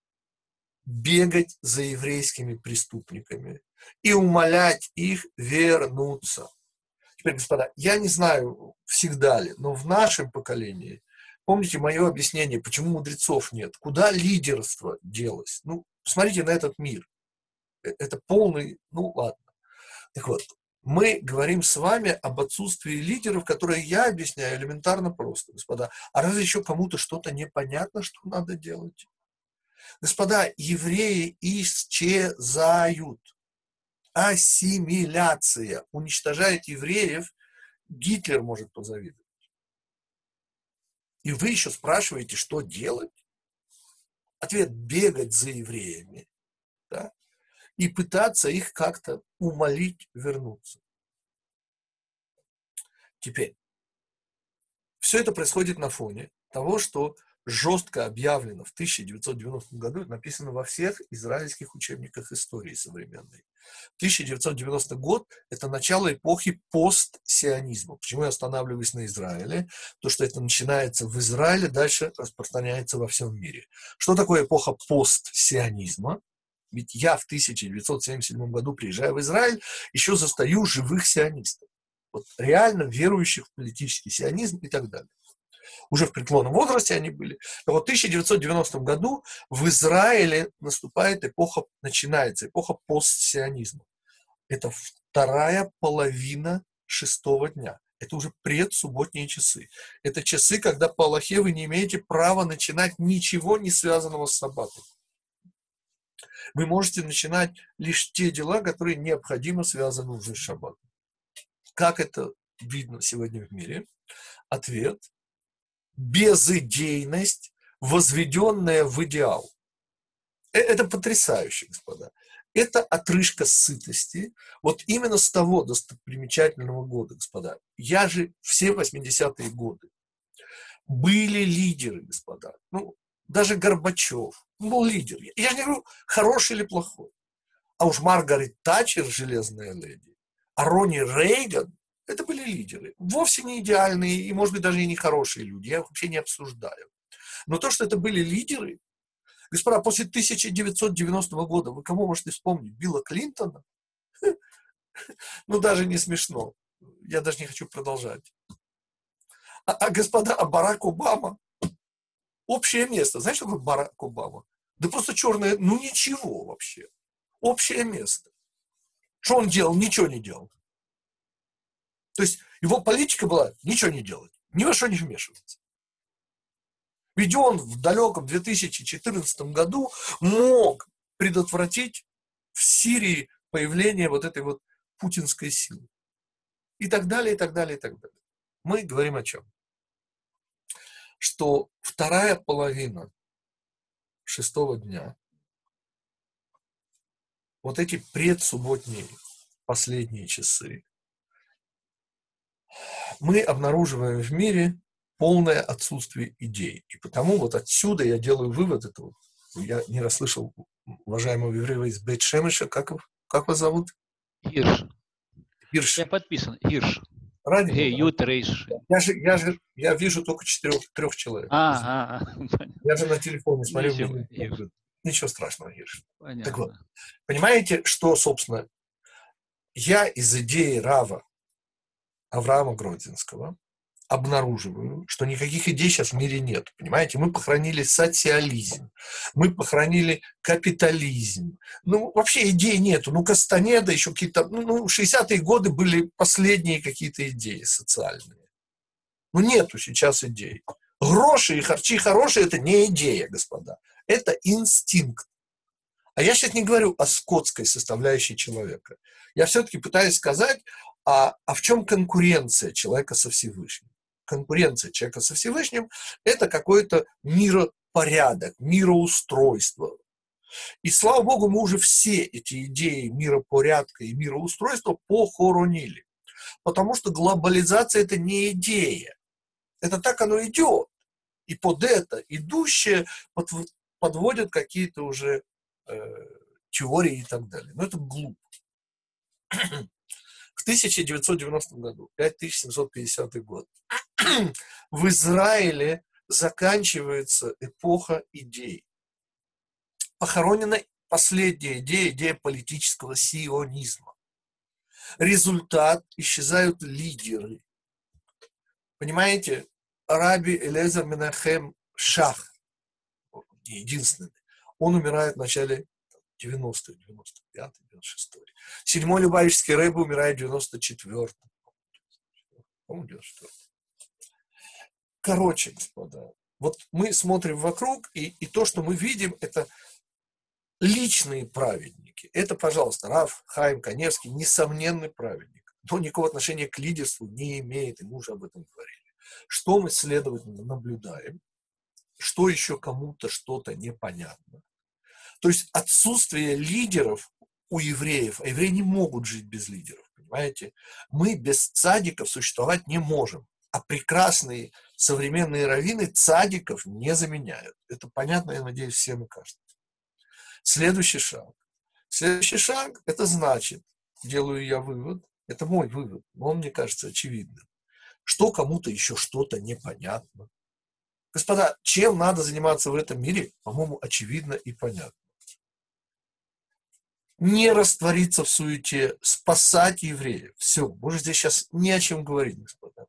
бегать за еврейскими преступниками и умолять их вернуться. Теперь, господа, я не знаю, всегда ли, но в нашем поколении, помните мое объяснение, почему мудрецов нет, куда лидерство делось? Ну, смотрите на этот мир. Это полный, ну ладно. Так вот, мы говорим с вами об отсутствии лидеров, которые я объясняю элементарно просто, господа. А разве еще кому-то что-то непонятно, что надо делать? Господа, евреи исчезают. Ассимиляция. Уничтожает евреев, Гитлер может позавидовать. И вы еще спрашиваете, что делать? Ответ – бегать за евреями, да? И пытаться их как-то умолить вернуться. Теперь, все это происходит на фоне того, что жестко объявлено в тысяча девятьсот девяностом году, написано во всех израильских учебниках истории современной. тысяча девятьсот девяностый год – это начало эпохи постсионизма. Почему я останавливаюсь на Израиле? То, что это начинается в Израиле, дальше распространяется во всем мире. Что такое эпоха постсионизма? Ведь я в тысяча девятьсот семьдесят седьмом году, приезжая в Израиль, еще застаю живых сионистов. Вот реально верующих в политический сионизм и так далее. Уже в преклонном возрасте они были. Но вот в тысяча девятьсот девяностом году в Израиле наступает эпоха, начинается эпоха постсионизма. Это вторая половина шестого дня. Это уже предсубботние часы. Это часы, когда по Аллахе вы не имеете права начинать ничего, не связанного с саббатом. Вы можете начинать лишь те дела, которые необходимо связаны уже с шаббатом. Как это видно сегодня в мире? Ответ – безыдейность, возведенная в идеал. Это потрясающе, господа. Это отрыжка сытости. Вот именно с того достопримечательного года, господа. Я же все восьмидесятые годы. Были лидеры, господа. Ну, даже Горбачев был лидер. Я же не говорю, хороший или плохой. А уж Маргарет Тачер, железная леди, а Ронни Рейган, это были лидеры. Вовсе не идеальные и, может быть, даже и не хорошие люди. Я их вообще не обсуждаю. Но то, что это были лидеры, господа, после тысяча девятьсот девяностого года вы кого можете вспомнить? Билла Клинтона? Ну, даже не смешно. Я даже не хочу продолжать. А, а господа, а Барак Обама? Общее место. Знаешь, что такое Барак Обама? Да просто черное, ну ничего вообще. Общее место. Что он делал? Ничего не делал. То есть его политика была ничего не делать, ни во что не вмешиваться. Ведь он в далеком две тысячи четырнадцатом году мог предотвратить в Сирии появление вот этой вот путинской силы. И так далее, и так далее, и так далее. Мы говорим о чем? Что вторая половина шестого дня, вот эти предсубботние последние часы, мы обнаруживаем в мире полное отсутствие идей. И потому вот отсюда я делаю вывод этого. Я не расслышал уважаемого еврея из Бейт-Шемеша. Как, как вас зовут? Хирш. Хирш. Я подписан. Хирш. Ради Гей, Бога. Ют, Рейш. Я же, я же я вижу только четырех, трех человек. А, а, а. Я же на телефоне смотрю. Ничего, Ничего, ничего страшного, Хирш. Понятно. Так вот, понимаете, что, собственно, я из идеи Рава Авраама Гродзенского обнаруживаю, что никаких идей сейчас в мире нет. Понимаете, мы похоронили социализм, мы похоронили капитализм. Ну, вообще идей нету. Ну, Кастанеда, еще какие-то... Ну, шестидесятые годы были последние какие-то идеи социальные. Ну, нету сейчас идей. Гроши и харчи хорошие – это не идея, господа. Это инстинкт. А я сейчас не говорю о скотской составляющей человека. Я все-таки пытаюсь сказать, а, а в чем конкуренция человека со Всевышним? Конкуренция человека со Всевышним – это какой-то миропорядок, мироустройство. И, слава Богу, мы уже все эти идеи миропорядка и мироустройства похоронили. Потому что глобализация – это не идея. Это так оно идет. И под это идущее под, подводят какие-то уже э, теории и так далее. Но это глупо. В тысяча девятьсот девяностом году, пять тысяч семьсот пятидесятый год, в Израиле заканчивается эпоха идей. Похоронена последняя идея, идея политического сионизма. Результат – исчезают лидеры. Понимаете, Раби Элиэзер Менахем Шах, не единственный, он умирает в начале девяностых, девяносто пятый, девяносто шестой. Седьмой Любавичский рэбе умирает в девяносто четвёртом. По-моему, девяносто четвёртом. Короче, господа, вот мы смотрим вокруг, и, и то, что мы видим, это личные праведники. Это, пожалуйста, Рав Хаим Каневский, несомненный праведник, но никакого отношения к лидерству не имеет, и мы уже об этом говорили. Что мы, следовательно, наблюдаем? Что еще кому-то что-то непонятно? То есть отсутствие лидеров у евреев, а евреи не могут жить без лидеров, понимаете? Мы без цадиков существовать не можем, а прекрасные современные раввины цадиков не заменяют. Это понятно, я надеюсь, всем и каждому. Следующий шаг. Следующий шаг, это значит, делаю я вывод, это мой вывод, но он, мне кажется, очевидным, что кому-то еще что-то непонятно. Господа, чем надо заниматься в этом мире, по-моему, очевидно и понятно. Не раствориться в суете, спасать евреев. Все, может, здесь сейчас не о чем говорить, господа.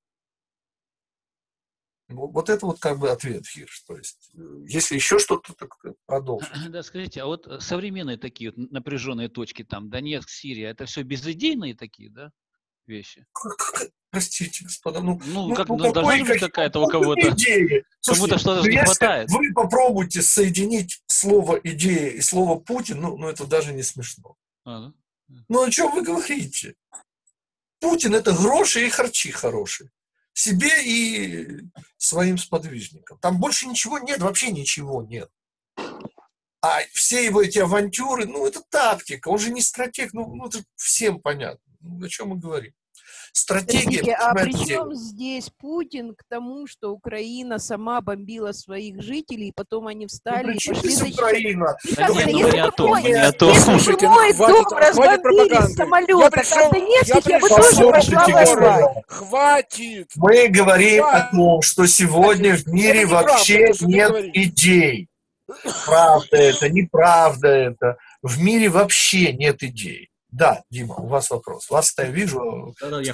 Вот это вот как бы ответ, Хирш. То есть, если еще что-то, так продолжим. Да, скажите, а вот современные такие вот напряженные точки, там, Донецк, Сирия, это все безыдейные такие, да, вещи? Простите, господа, ну, ну, ну, как, ну ну должна же быть какая-то у кого-то, кому-то что-то не хватает. Вы попробуйте соединить слово «идея» и слово «Путин», ну, ну это даже не смешно. А, да? Ну, о чем вы говорите? Путин – это гроши и харчи хорошие. Себе и своим сподвижникам. Там больше ничего нет, вообще ничего нет. А все его эти авантюры, ну, это тактика. Он же не стратег, ну, ну это всем понятно. Ну, о чем мы говорим? Стратегия... Подождите, а при чем здесь Путин к тому, что Украина сама бомбила своих жителей, и потом они встали ну, и пошли защищать? Украина? Как Нет, это? ну, Если не о том, мой, не о том. если Слушайте, бы мой ну, хватит- дом хватит разбомбили с пропаганды. самолета, Я пришел- как Донецких, я я бы пришел- тоже пошла Послушайте, воевать. господа. Хватит! Мы говорим Хватит. о том, что сегодня в мире Это неправда, вообще то, что ты нет говоришь. идей. Правда это, неправда это. В мире вообще нет идей. Да, Дима, у вас вопрос. Вас-то я вижу. Да-да, я Господа, хотел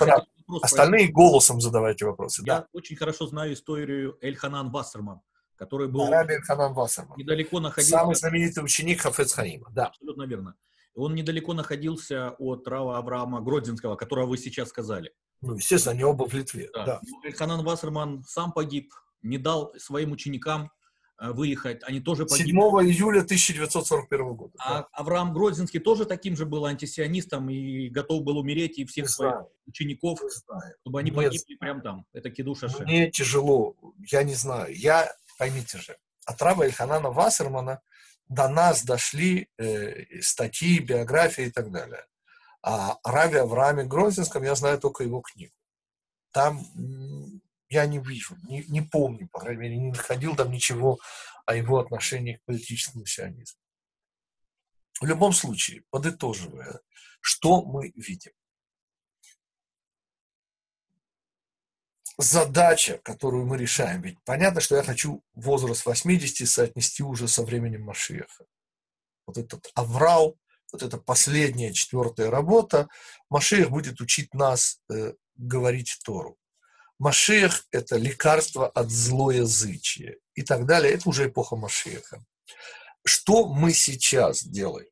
вопрос Остальные голосом задавайте вопросы. Я Да. очень хорошо знаю историю Эль-Ханан Вассерман, который был Арабия Ханан Вассерман. недалеко находился... Самый знаменитый ученик Хафец Хаима. Да. Абсолютно верно. Он недалеко находился от Рава Авраама Гродзенского, которого вы сейчас сказали. Ну, естественно, они оба в Литве. Да. Да. Эль-Ханан Вассерман сам погиб, не дал своим ученикам э, выехать, они тоже погибли. седьмого июля тысяча девятьсот сорок первого года. А Да. Авраам Гродзенский тоже таким же был антисионистом и готов был умереть и всех Не своих знаю. учеников, Не знаю. чтобы они Не погибли знаю. прямо там. Это Кидуш Ашем. Мне тяжело, я не знаю. Я, поймите же, от Рава Эль-Ханана Вассермана до нас дошли э, статьи, биографии и так далее. А о Раве Аврааме Гродзенском я знаю только его книгу. Там м, я не вижу, не, не помню, по крайней мере, не находил там ничего о его отношении к политическому сионизму. В любом случае, подытоживая, что мы видим? Задача, которую мы решаем, ведь понятно, что я хочу возраст восьмидесяти соотнести уже со временем Машиаха. Вот этот аврал, вот эта последняя, четвертая работа, Машиах будет учить нас э, говорить Тору. Машиах – это лекарство от злоязычия и так далее. Это уже эпоха Машиаха. Что мы сейчас делаем?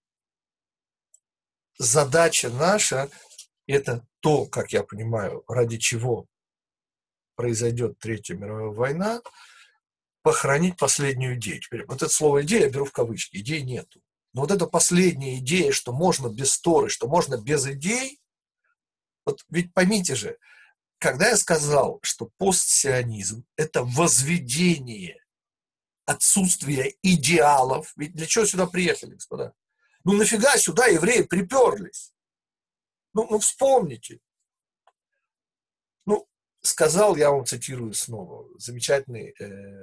Задача наша – это то, как я понимаю, ради чего произойдет Третья мировая война, похоронить последнюю идею. Теперь вот это слово «идея» я беру в кавычки. Идей нету. Но вот эта последняя идея, что можно без Торы, что можно без идей, вот ведь поймите же, когда я сказал, что постсионизм – это возведение отсутствия идеалов, ведь для чего сюда приехали, господа? Ну нафига сюда евреи приперлись? Ну, ну вспомните. Ну, сказал, я вам цитирую снова, замечательный э,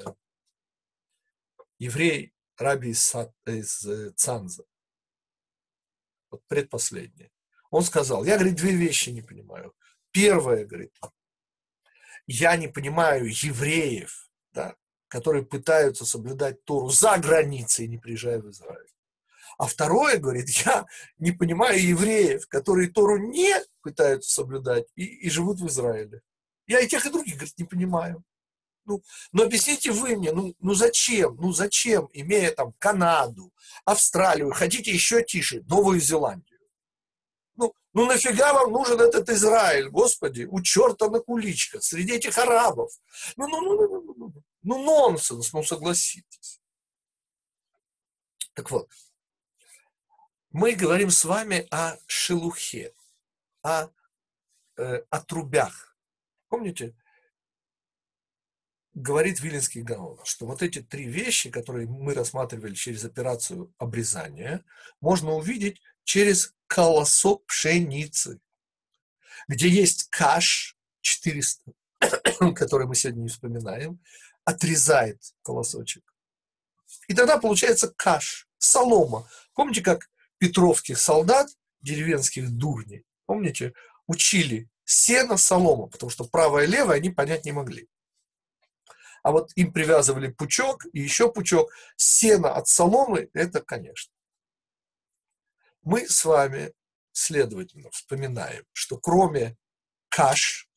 еврей Раби из, из э, Цанза, вот предпоследнее. Он сказал, я, говорит, две вещи не понимаю. Первое, говорит, я не понимаю евреев, да, которые пытаются соблюдать Тору за границей, не приезжая в Израиль. А второе, говорит, я не понимаю евреев, которые Тору не пытаются соблюдать и, и живут в Израиле. Я и тех, и других, говорит, не понимаю. Ну, но объясните вы мне, ну, ну зачем, ну зачем, имея там Канаду, Австралию, хотите еще тише, Новую Зеландию? Ну, ну нафига вам нужен этот Израиль, Господи, у черта на куличках, среди этих арабов? Ну, ну, ну, ну, ну, ну, ну нонсенс, ну согласитесь. Так вот, мы говорим с вами о шелухе, о э, отрубях. Помните? Говорит Виленский Гаон, что вот эти три вещи, которые мы рассматривали через операцию обрезания, можно увидеть через колосок пшеницы, где есть каш четыреста, который мы сегодня не вспоминаем, отрезает колосочек. И тогда получается каш, солома. Помните, как петровских солдат, деревенских дурней, помните, учили сено, солома, потому что правое и левое они понять не могли. А вот им привязывали пучок и еще пучок. Сено от соломы – это, конечно. Мы с вами, следовательно, вспоминаем, что кроме каш,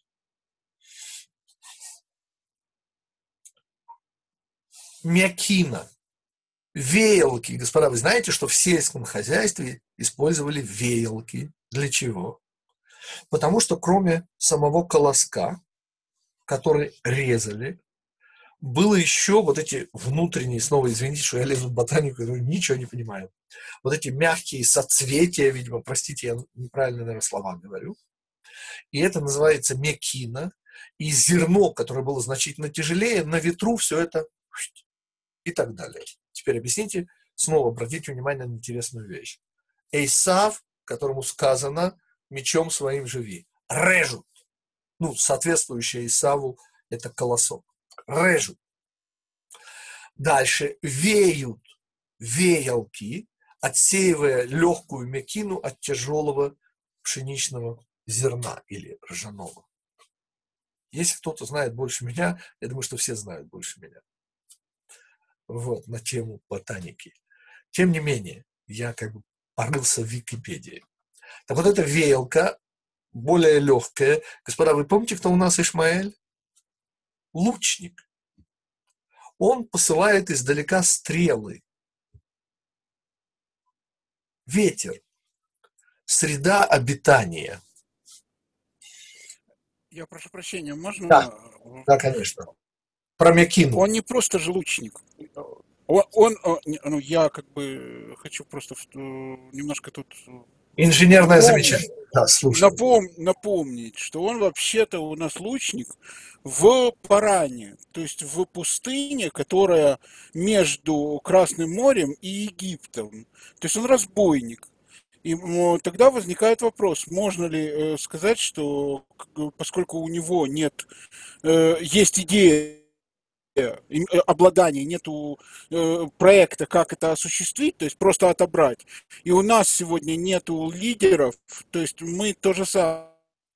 мякина, веялки. Господа, вы знаете, что в сельском хозяйстве использовали веялки. Для чего? Потому что кроме самого колоска, который резали, было еще вот эти внутренние, снова извините, что я лезу в ботанику, которую ничего не понимаю, вот эти мягкие соцветия, видимо, простите, я неправильно, наверное, слова говорю, и это называется мекина, и зерно, которое было значительно тяжелее, на ветру все это и так далее. Теперь объясните, снова обратите внимание на интересную вещь. Эйсав, которому сказано, мечом своим живи, режут, ну, соответствующее Исаву, это колосок. Режут. Дальше веют веялки, отсеивая легкую мекину от тяжелого пшеничного зерна или ржаного. Если кто-то знает больше меня, я думаю, что все знают больше меня. Вот, на тему ботаники. Тем не менее, я как бы порылся в Википедии. Так вот эта веялка более легкое. Господа, вы помните, кто у нас Ишмаэль? Лучник. Он посылает издалека стрелы. Ветер. Среда обитания. Я прошу прощения, можно? Да, да, конечно. Про Мекину. Он не просто же лучник. Он, он, ну, я как бы хочу просто немножко тут... Инженерное напомнить, замечание. Да, слушай. Напом, напомнить, что он вообще-то у нас лучник в Паране, то есть в пустыне, которая между Красным морем и Египтом. То есть он разбойник. И тогда возникает вопрос, можно ли сказать, что поскольку у него нет, есть идея обладания, нету проекта, как это осуществить, то есть просто отобрать. И у нас сегодня нету лидеров, то есть мы то же самое.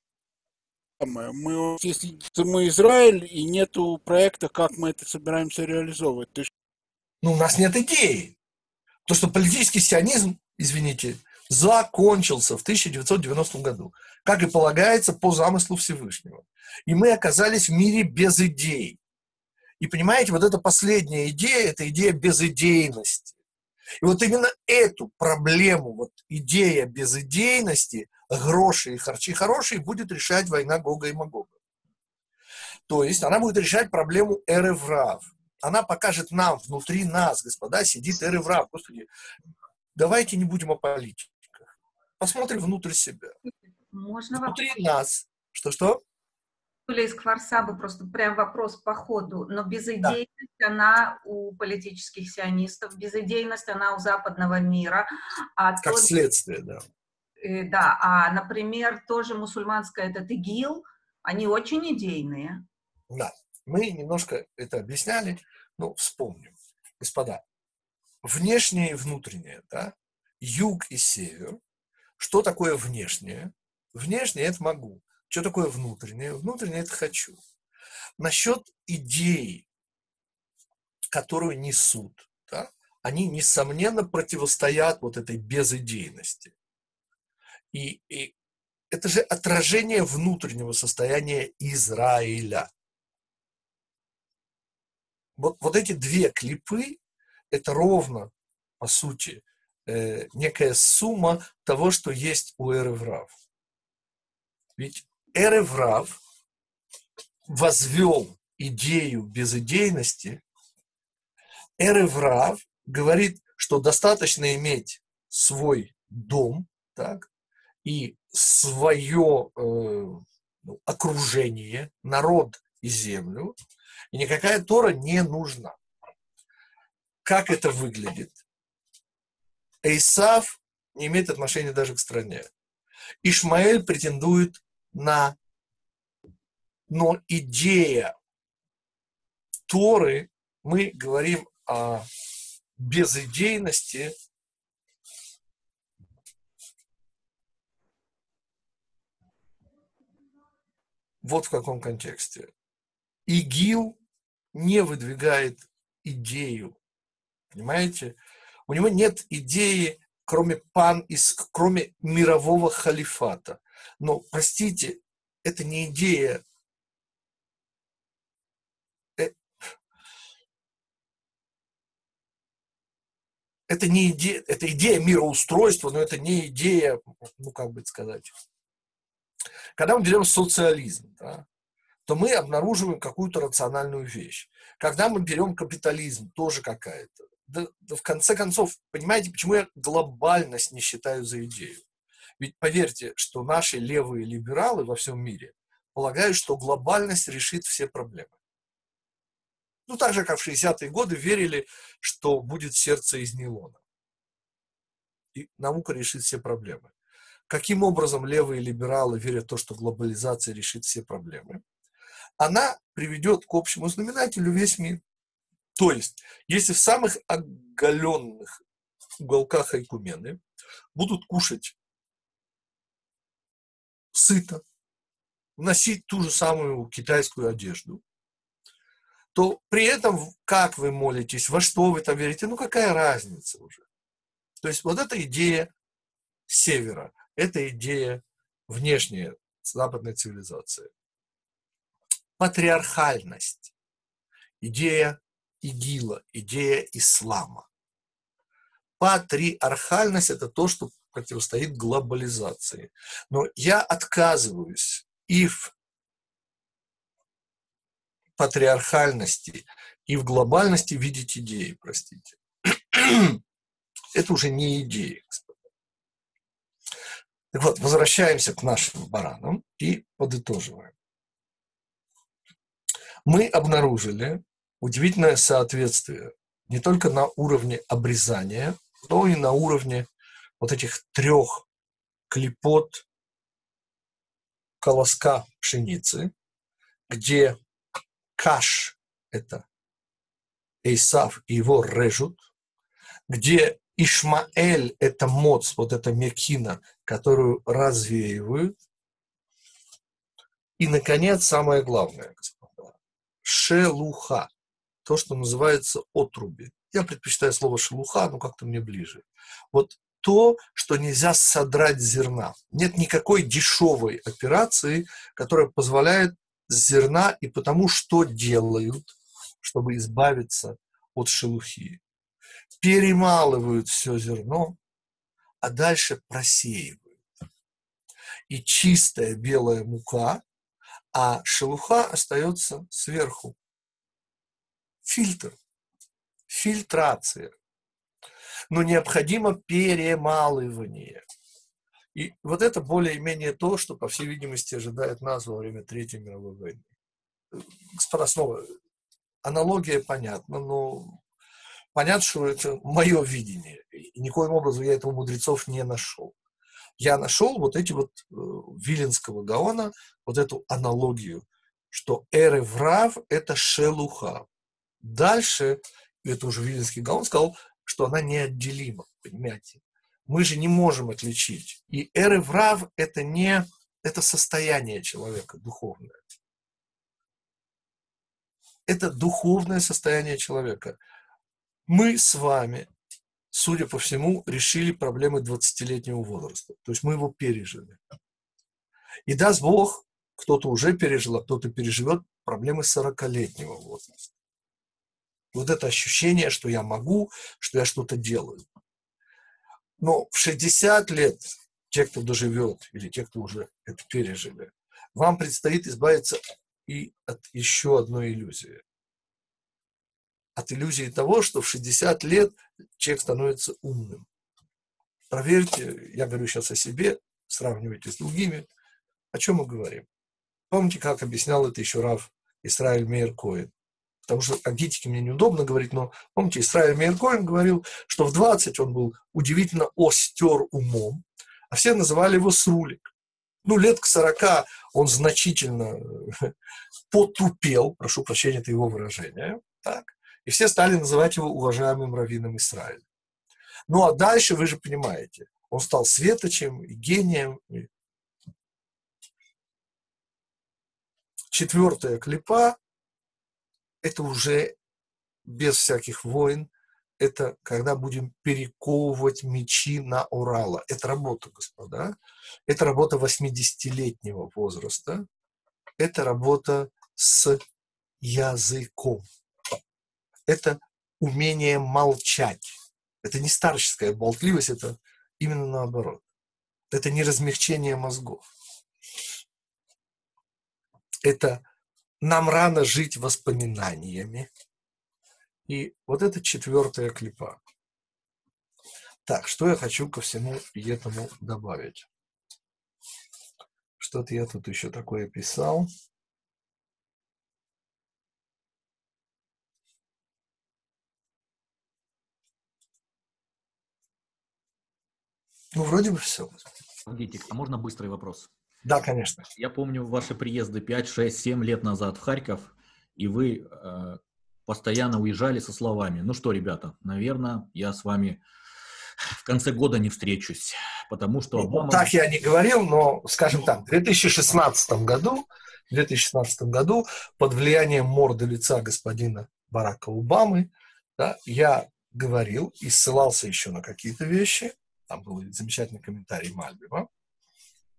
Мы, если мы Израиль, и нету проекта, как мы это собираемся реализовывать. То есть... Ну, у нас нет идеи. То, что политический сионизм, извините, закончился в тысяча девятьсот девяностом году, как и полагается по замыслу Всевышнего. И мы оказались в мире без идей. И понимаете, вот эта последняя идея, это идея безидейности. И вот именно эту проблему, вот идея безидейности, гроши и харчи хорошие, будет решать война Гога и Магога. То есть она будет решать проблему эрев рав. Она покажет нам, внутри нас, господа, сидит эрев рав. Господи, давайте не будем о политиках. Посмотрим внутрь себя. Можно внутри вопрос? нас. Что-что? Юлия из Кварсабы, просто прям вопрос по ходу. Но безидейность, да. Она у политических сионистов, безидейность, она у западного мира. А как тот, следствие, да. Э, да, а, например, тоже мусульманская, этот ИГИЛ, они очень идейные. Да, мы немножко это объясняли, но вспомним. Господа, внешнее и внутреннее, да, юг и север. Что такое внешнее? Внешнее – это могу. Что такое внутреннее? Внутреннее – это хочу. Насчет идей, которую несут, да, они, несомненно, противостоят вот этой безидейности. И, и это же отражение внутреннего состояния Израиля. Вот, вот эти две клипы – это ровно, по сути, э, некая сумма того, что есть у эрев рав. Ведь эрев рав возвел идею безидейности. эрев рав говорит, что достаточно иметь свой дом, так, и свое э, ну, окружение, народ и землю, и никакая Тора не нужна. Как это выглядит? Эйсав не имеет отношения даже к стране. Ишмаэль претендует на... Но идея Торы, мы говорим о безидейности, вот в каком контексте. ИГИЛ не выдвигает идею, понимаете? У него нет идеи, кроме пан, кроме мирового халифата. Но, простите, это не идея. Это не идея, это идея мироустройства, но это не идея, ну, как бы сказать. Когда мы берем социализм, да, то мы обнаруживаем какую-то рациональную вещь. Когда мы берем капитализм, тоже какая-то. Да, да в конце концов, понимаете, почему я глобальность не считаю за идею? Ведь поверьте, что наши левые либералы во всем мире полагают, что глобальность решит все проблемы. Ну, так же, как в шестидесятые годы верили, что будет сердце из нейлона. И наука решит все проблемы. Каким образом левые либералы верят в то, что глобализация решит все проблемы? Она приведет к общему знаменателю весь мир. То есть, если в самых оголенных уголках Айкумены будут кушать сыто, носить ту же самую китайскую одежду, то при этом, как вы молитесь, во что вы там верите, ну какая разница уже. То есть вот эта идея севера, эта идея внешняя, западной цивилизации. Патриархальность, идея ИГИЛа, идея ислама. Патриархальность – это то, что противостоит глобализации. Но я отказываюсь и в патриархальности, и в глобальности видеть идеи, простите. Это уже не идеи, господа. Так вот, возвращаемся к нашим баранам и подытоживаем. Мы обнаружили удивительное соответствие не только на уровне обрезания, но и на уровне вот этих трех клипот колоска пшеницы, где каш – это Эйсав, и его режут, где Ишмаэль – это моц, вот эта мекина, которую развеивают. И, наконец, самое главное, господа, шелуха, то, что называется отруби. Я предпочитаю слово шелуха, но как-то мне ближе. Вот то, что нельзя содрать с зерна. Нет никакой дешевой операции, которая позволяет с зерна, и потому что делают, чтобы избавиться от шелухи. Перемалывают все зерно, а дальше просеивают. И чистая белая мука, а шелуха остается сверху. Фильтр, фильтрация. Но необходимо перемалывание. И вот это более-менее то, что, по всей видимости, ожидает нас во время Третьей мировой войны. Господа, снова, аналогия понятна, но понятно, что это мое видение. И никоим образом я этого мудрецов не нашел. Я нашел вот эти вот э, Виленского Гаона, вот эту аналогию, что эрев рав – это шелуха. Дальше, это уже Виленский Гаон сказал, что она неотделима, понимаете. Мы же не можем отличить. И эрев рав – это не это состояние человека духовное. Это духовное состояние человека. Мы с вами, судя по всему, решили проблемы двадцатилетнего возраста. То есть мы его пережили. И даст Бог, кто-то уже пережил, а кто-то переживет проблемы сорокалетнего возраста. Вот это ощущение, что я могу, что я что-то делаю. Но в шестьдесят лет, те, кто доживет, или те, кто уже это пережили, вам предстоит избавиться и от еще одной иллюзии. От иллюзии того, что в шестьдесят лет человек становится умным. Проверьте, я говорю сейчас о себе, сравнивайте с другими. О чем мы говорим? Помните, как объяснял это еще рав Исраэль Меир Коэн? Потому что о гитике мне неудобно говорить, но помните, Исраэль Меир Коэн говорил, что в двадцать он был удивительно остер умом, а все называли его Срулик. Ну, лет к сорока он значительно потупел, прошу прощения, это его выражение, так, и все стали называть его уважаемым раввином Исраиля. Ну, а дальше, вы же понимаете, он стал светочем и гением. Четвертая клипа – это уже без всяких войн, это когда будем перековывать мечи на Урала. Это работа, господа. Это работа восьмидесятилетнего возраста. Это работа с языком. Это умение молчать. Это не старческая болтливость, это именно наоборот. Это не размягчение мозгов. Это нам рано жить воспоминаниями. И вот это четвертая клипа. Так, что я хочу ко всему этому добавить? Что-то я тут еще такое писал. Ну, вроде бы все. Гитик, а можно быстрый вопрос? Да, конечно. Я помню ваши приезды пять, шесть, семь лет назад в Харьков, и вы э, постоянно уезжали со словами: ну что, ребята, наверное, я с вами в конце года не встречусь, потому что... Ну, Обама... так я не говорил, но, скажем так, в две тысячи шестнадцатом году, в две тысячи шестнадцатом году под влиянием морды лица господина Барака Обамы, да, я говорил и ссылался еще на какие-то вещи, там был замечательный комментарий Мальбима,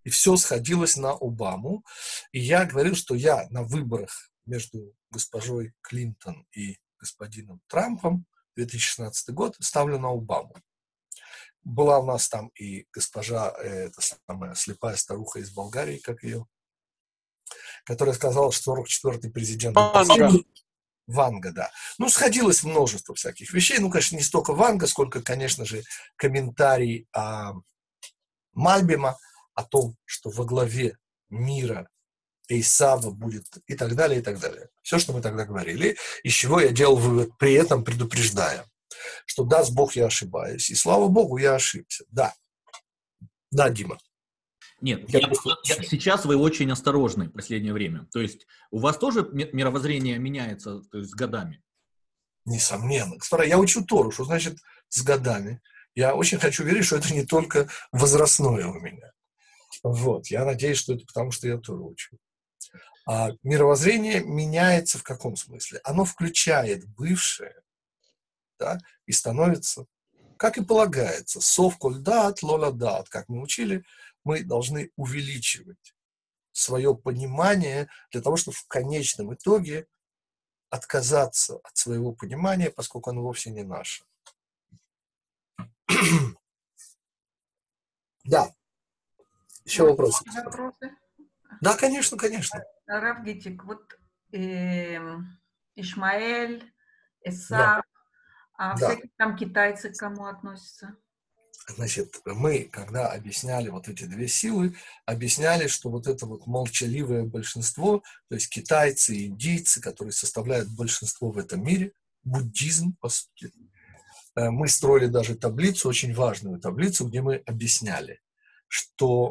И все сходилось на Обаму. И я говорил, что я на выборах между госпожой Клинтон и господином Трампом две тысячи шестнадцатый год ставлю на Обаму. Была у нас там и госпожа, эта самая слепая старуха из Болгарии, как ее, которая сказала, что сорок четвёртый президент... Ванга. Ванга, да. Ну, сходилось множество всяких вещей. Ну, конечно, не столько Ванга, сколько, конечно же, комментарий а, Мальбима о том, что во главе мира Эйсава будет и так далее, и так далее. Все, что мы тогда говорили, из чего я делал вывод, при этом предупреждая, что даст Бог, я ошибаюсь. И слава Богу, я ошибся. Да. Да, Дима. Нет, Я я- просто- я- сейчас вы очень осторожны в последнее время. То есть у вас тоже ми- мировоззрение меняется, то есть, с годами? Несомненно. Господа, я учу Тору, что значит с годами. Я очень хочу верить, что это не только возрастное у меня. Вот. Я надеюсь, что это потому, что я Тору учу. А мировоззрение меняется в каком смысле? Оно включает бывшее, да, и становится, как и полагается, сов коль дат, лола дат. Как мы учили, мы должны увеличивать свое понимание для того, чтобы в конечном итоге отказаться от своего понимания, поскольку оно вовсе не наше. Да. Еще вопросы? Вопросы? Да, конечно, конечно. Рав Гитик, вот эм, Ишмаэль, Эсав, Да. а Да. всякие там китайцы к кому относятся? Значит, мы, когда объясняли вот эти две силы, объясняли, что вот это вот молчаливое большинство, то есть китайцы и индийцы, которые составляют большинство в этом мире, буддизм, по сути, э, мы строили даже таблицу, очень важную таблицу, где мы объясняли, что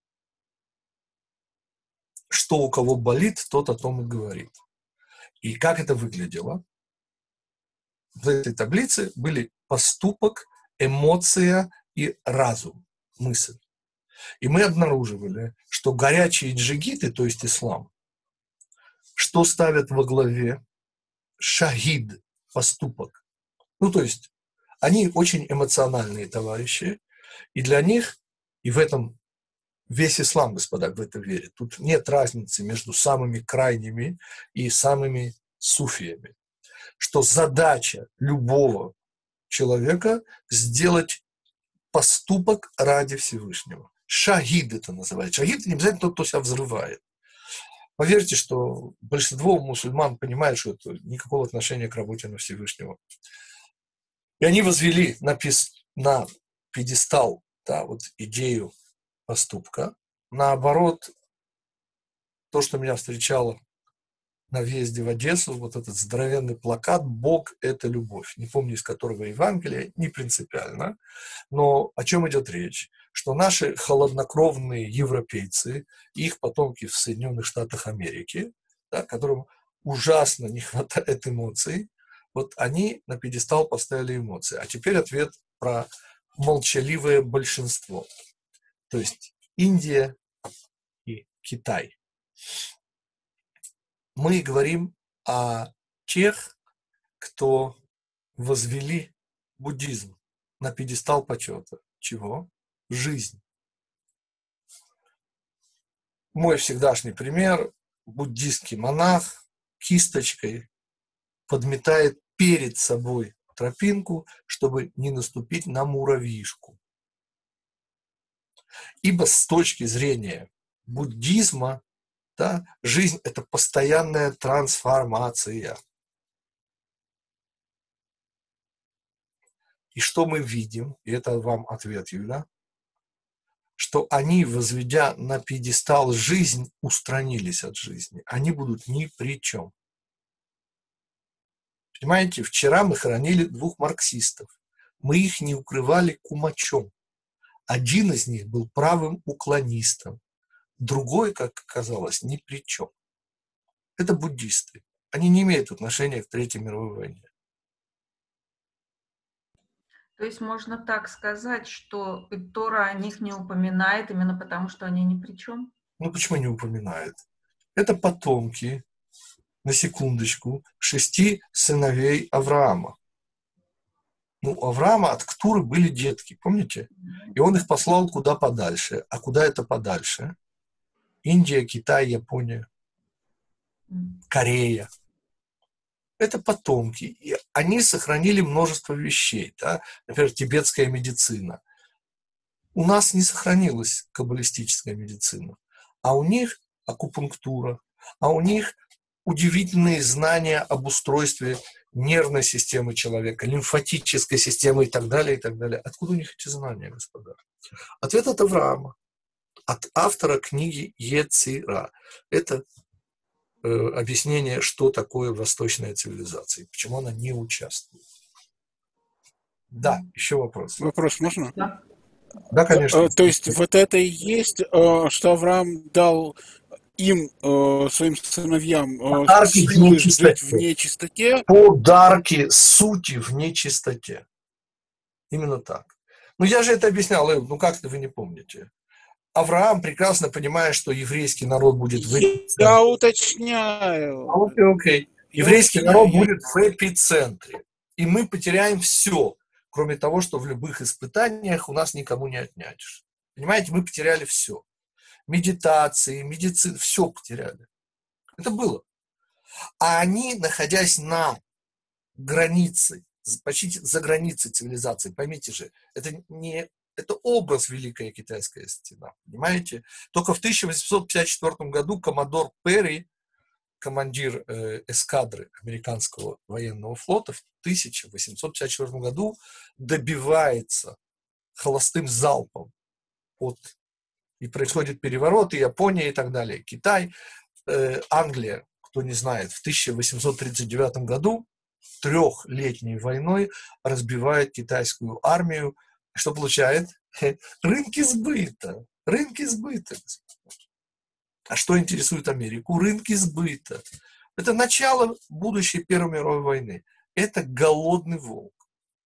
что у кого болит, тот о том и говорит. И как это выглядело? В этой таблице были поступок, эмоция и разум, мысль. И мы обнаруживали, что горячие джигиты, то есть ислам, что ставят во главе? Шахид, поступок. Ну, то есть они очень эмоциональные товарищи, и для них, и в этом весь ислам, господа, в это верит. Тут нет разницы между самыми крайними и самыми суфиями. Что задача любого человека сделать поступок ради Всевышнего. Шахид это называется. Шахид это не обязательно тот, кто себя взрывает. Поверьте, что большинство мусульман понимает, что это никакого отношения к работе на Всевышнего. И они возвели на, пис, на пьедестал, да, вот идею поступка. Наоборот, то, что меня встречало на въезде в Одессу, вот этот здоровенный плакат «Бог – это любовь», не помню, из которого Евангелие, не принципиально, но о чем идет речь? Что наши холоднокровные европейцы, их потомки в Соединенных Штатах Америки, да, которым ужасно не хватает эмоций, вот они на пьедестал поставили эмоции. А теперь ответ про молчаливое большинство. То есть Индия и Китай. Мы говорим о тех, кто возвели буддизм на пьедестал почета. Чего? Жизнь. Мой всегдашний пример. Буддистский монах кисточкой подметает перед собой тропинку, чтобы не наступить на муравьишку. Ибо с точки зрения буддизма, да, жизнь – это постоянная трансформация. И что мы видим, и это вам ответ, Юля, что они, возведя на пьедестал жизнь, устранились от жизни. Они будут ни при чем. Понимаете, вчера мы хоронили двух марксистов. Мы их не укрывали кумачом. Один из них был правым уклонистом. Другой, как оказалось, ни при чем. Это буддисты. Они не имеют отношения к Третьей мировой войне. То есть можно так сказать, что Тора о них не упоминает именно потому, что они ни при чем? Ну, почему не упоминает? Это потомки, на секундочку, шести сыновей Авраама. Ну, у Авраама от Ктуры были детки, помните? И он их послал куда подальше. А куда это подальше? Индия, Китай, Япония, Корея. Это потомки. И они сохранили множество вещей. Да? Например, тибетская медицина. У нас не сохранилась каббалистическая медицина. А у них акупунктура. А у них удивительные знания об устройстве нервной системы человека, лимфатической системы и так далее, и так далее. Откуда у них эти знания, господа? Ответ от Авраама, от автора книги Ецира. Это э, объяснение, что такое восточная цивилизация, почему она не участвует. Да, еще вопрос. Вопрос можно? Да. Да, конечно. То есть вот это и есть, что Авраам дал им, своим сыновьям, Подарки в силы жить нечистоте. в нечистоте. Подарки сути в нечистоте. Именно так. Ну, я же это объяснял, ну как-то вы не помните. Авраам, прекрасно понимая, что еврейский народ будет в эпицентре. Я уточняю. Окей, окей. Еврейский народ будет в эпицентре. И мы потеряем все, кроме того, что в любых испытаниях у нас никому не отнять. Понимаете, мы потеряли все. Медитации, медицину, все потеряли. Это было. А они, находясь на границе, почти за границей цивилизации, поймите же, это не это образ Великая Китайская стена, понимаете? Только в тысяча восемьсот пятьдесят четвёртом году коммодор Перри, командир э, эскадры американского военного флота, в тысяча восемьсот пятьдесят четвёртом году добивается холостым залпом от и происходит переворот, и Япония, и так далее. Китай, э, Англия, кто не знает, в тысяча восемьсот тридцать девятом году трехлетней войной разбивает китайскую армию. Что получает? Рынки сбыта. Рынки сбыта. А что интересует Америку? Рынки сбыта. Это начало будущей Первой мировой войны. Это голодный волк.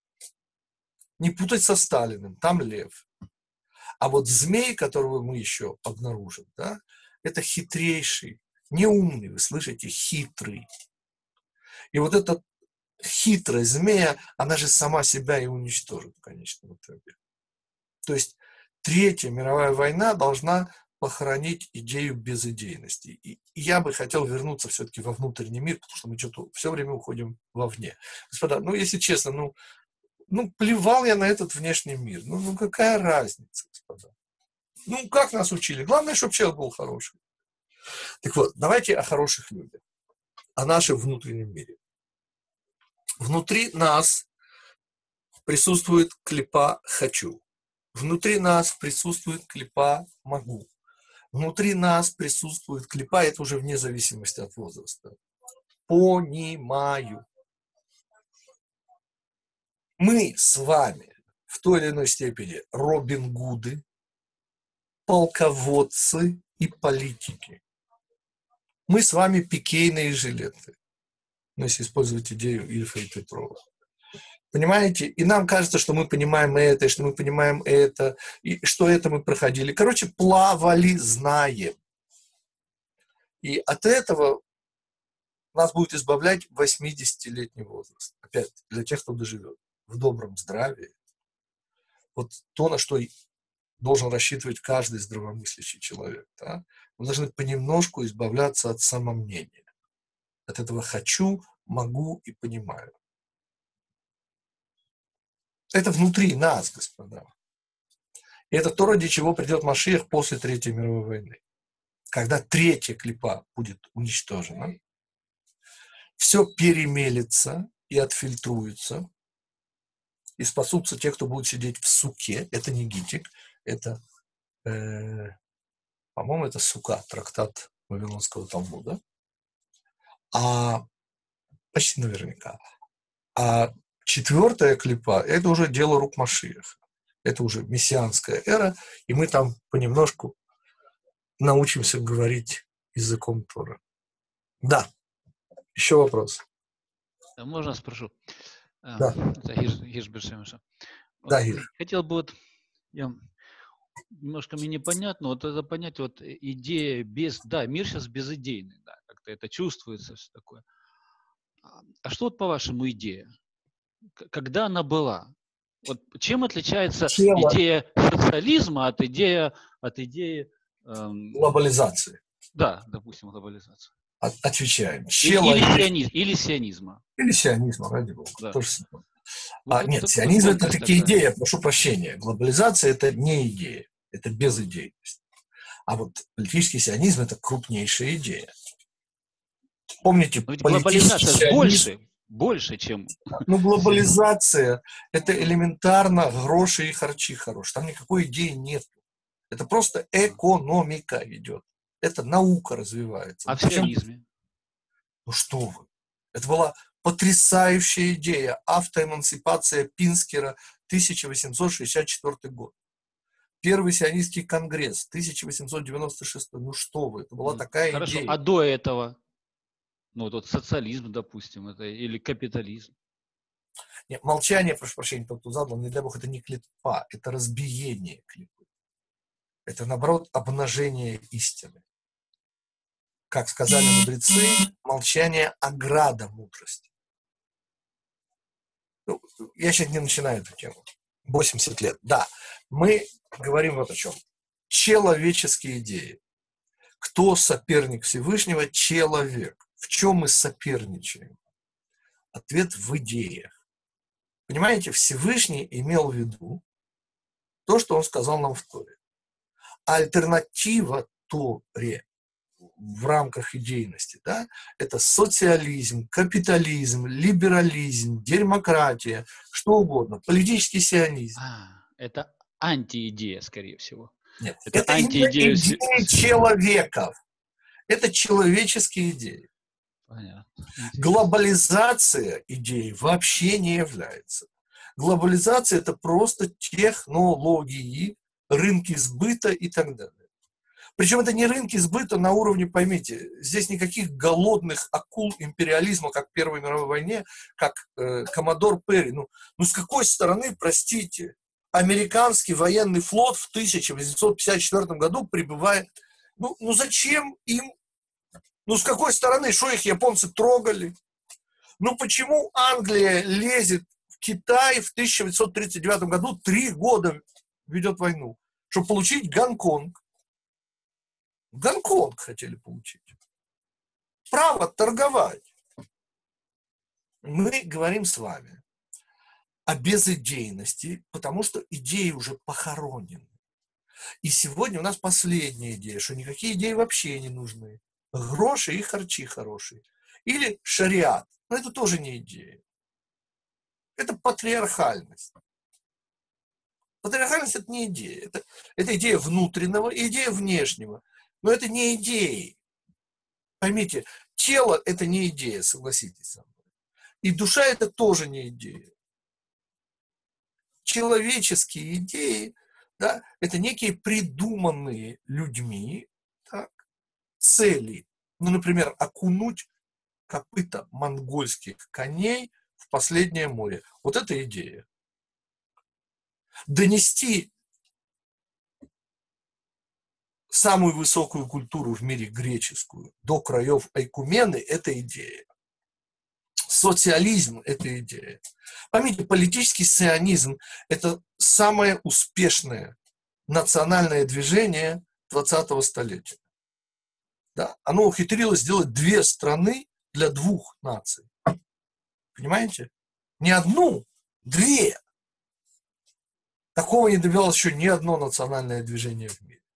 Не путать со Сталиным. Там лев. А вот змей, которого мы еще обнаружим, да, это хитрейший, не умный, вы слышите, хитрый. И вот эта хитрая змея, она же сама себя и уничтожит в конечном итоге. То есть Третья мировая война должна похоронить идею безидейности. И я бы хотел вернуться все-таки во внутренний мир, потому что мы что-то все время уходим вовне. Господа, ну если честно, ну, ну плевал я на этот внешний мир. Ну, ну какая разница, господа? Ну как нас учили? Главное, чтобы человек был хороший. Так вот, давайте о хороших людях, о нашем внутреннем мире. Внутри нас присутствует клипа «хочу». Внутри нас присутствует клипа «могу». Внутри нас присутствует клипа, это уже вне зависимости от возраста. «Понимаю». Мы с вами в той или иной степени Робин Гуды, полководцы и политики. Мы с вами пикейные жилеты. Ну, если использовать идею Ильфа и Петрова. Понимаете? И нам кажется, что мы понимаем это, и что мы понимаем это, и что это мы проходили. Короче, плавали, знаем. И от этого нас будет избавлять восьмидесятилетний возраст. Опять, для тех, кто доживет. В добром здравии. Вот то, на что должен рассчитывать каждый здравомыслящий человек. Да? Мы должны понемножку избавляться от самомнения. От этого «хочу», «могу» и «понимаю». Это внутри нас, господа. И это то, ради чего придет Машиах после Третьей мировой войны. Когда третья клипа будет уничтожена, все перемелится и отфильтруется, и спасутся те, кто будет сидеть в суке. Это не гитик, это, э, по-моему, это сука, трактат Вавилонского Талмуда. А почти наверняка. А четвертая клипа – это уже дело рук Машиаха. Это уже мессианская эра, и мы там понемножку научимся говорить языком Тора. Да. Еще вопрос. Можно спрошу? Да. Это Гиш, Гиш Бершемиша. Да, Гиш. Хотел бы вот, я, немножко мне непонятно, вот это понять, вот идея без, да, мир сейчас безидейный, да, как-то это чувствуется, все такое. А что вот по-вашему идея? к- когда она была? Вот чем отличается Тело идея социализма от идеи, от идеи, эм, глобализации. да, допустим, глобализации? От- отвечаем. Или, Чело или, есть... сионизм, или сионизма. Или сионизма, ради бога. Да. То же самое. Вот А, тут нет, такая сионизм – это тонкость такие такая. идеи, прошу прощения. Глобализация – это не идея, это безидейность. А вот политический сионизм – это крупнейшая идея. Помните, Но ведь политический глобализация же сионизм, больше, больше, чем ну, сионизм. глобализация – это элементарно гроши и харчи хорошие. Там никакой идеи нет. Это просто экономика идет. Это наука развивается. А Ну, в причем- сионизме? ну что вы. Это была потрясающая идея. Автоэмансипация Пинскера, тысяча восемьсот шестьдесят четвёртый год. Первый сионистский конгресс, тысяча восемьсот девяносто шестой. Ну что вы, это была Ну, такая хорошо, идея. а до этого? Ну, вот, вот социализм, допустим, это, или капитализм. Нет, молчание, прошу прощения, тот, кто задал, не дай бог, это не клепа, это разбиение клепы. Это, наоборот, обнажение истины. Как сказали мудрецы, молчание – ограда мудрости. Ну, я сейчас не начинаю эту тему. восемьдесят лет. Да, мы говорим вот о чем. Человеческие идеи. Кто соперник Всевышнего? Человек. В чем мы соперничаем? Ответ в идеях. Понимаете, Всевышний имел в виду то, что он сказал нам в Торе. Альтернатива Торе в рамках идейности, да, это социализм, капитализм, либерализм, демократия, что угодно, политический сионизм. А, это антиидея, скорее всего. Нет, Это, это именно антиидея. сви- идеи человеков. Это человеческие идеи. Понятно. Интересно. Глобализация идеи вообще не является. Глобализация – это просто технологии, рынки сбыта и так далее. Причем это не рынки сбыта на уровне, поймите, здесь никаких голодных акул империализма, как в Первой мировой войне, как э, коммодор Перри. Ну, ну с какой стороны, простите, американский военный флот в тысяча восемьсот пятьдесят четвёртом году прибывает? Ну, ну зачем им? Ну с какой стороны? Что их японцы трогали? Ну почему Англия лезет в Китай в тысяча восемьсот тридцать девятом году, три года ведет войну, чтобы получить Гонконг? Гонконг хотели получить. Право торговать. Мы говорим с вами о безидейности, потому что идеи уже похоронены. И сегодня у нас последняя идея, что никакие идеи вообще не нужны. Гроши и харчи хорошие. Или шариат. Но это тоже не идея. Это патриархальность. Патриархальность – это не идея. Это, это идея внутреннего и идея внешнего. Но это не идеи. Поймите, тело – это не идея, согласитесь со мной. И душа – это тоже не идея. Человеческие идеи, да, это некие придуманные людьми, так, цели. Ну, например, окунуть копыта монгольских коней в последнее море. Вот это идея. Донести самую высокую культуру в мире, греческую, до краев Айкумены – это идея. Социализм – это идея. Поймите, политический сионизм – это самое успешное национальное движение двадцатого столетия. Да? Оно ухитрилось сделать две страны для двух наций. Понимаете? Не одну, две. Такого не добивалось еще ни одно национальное движение в мире.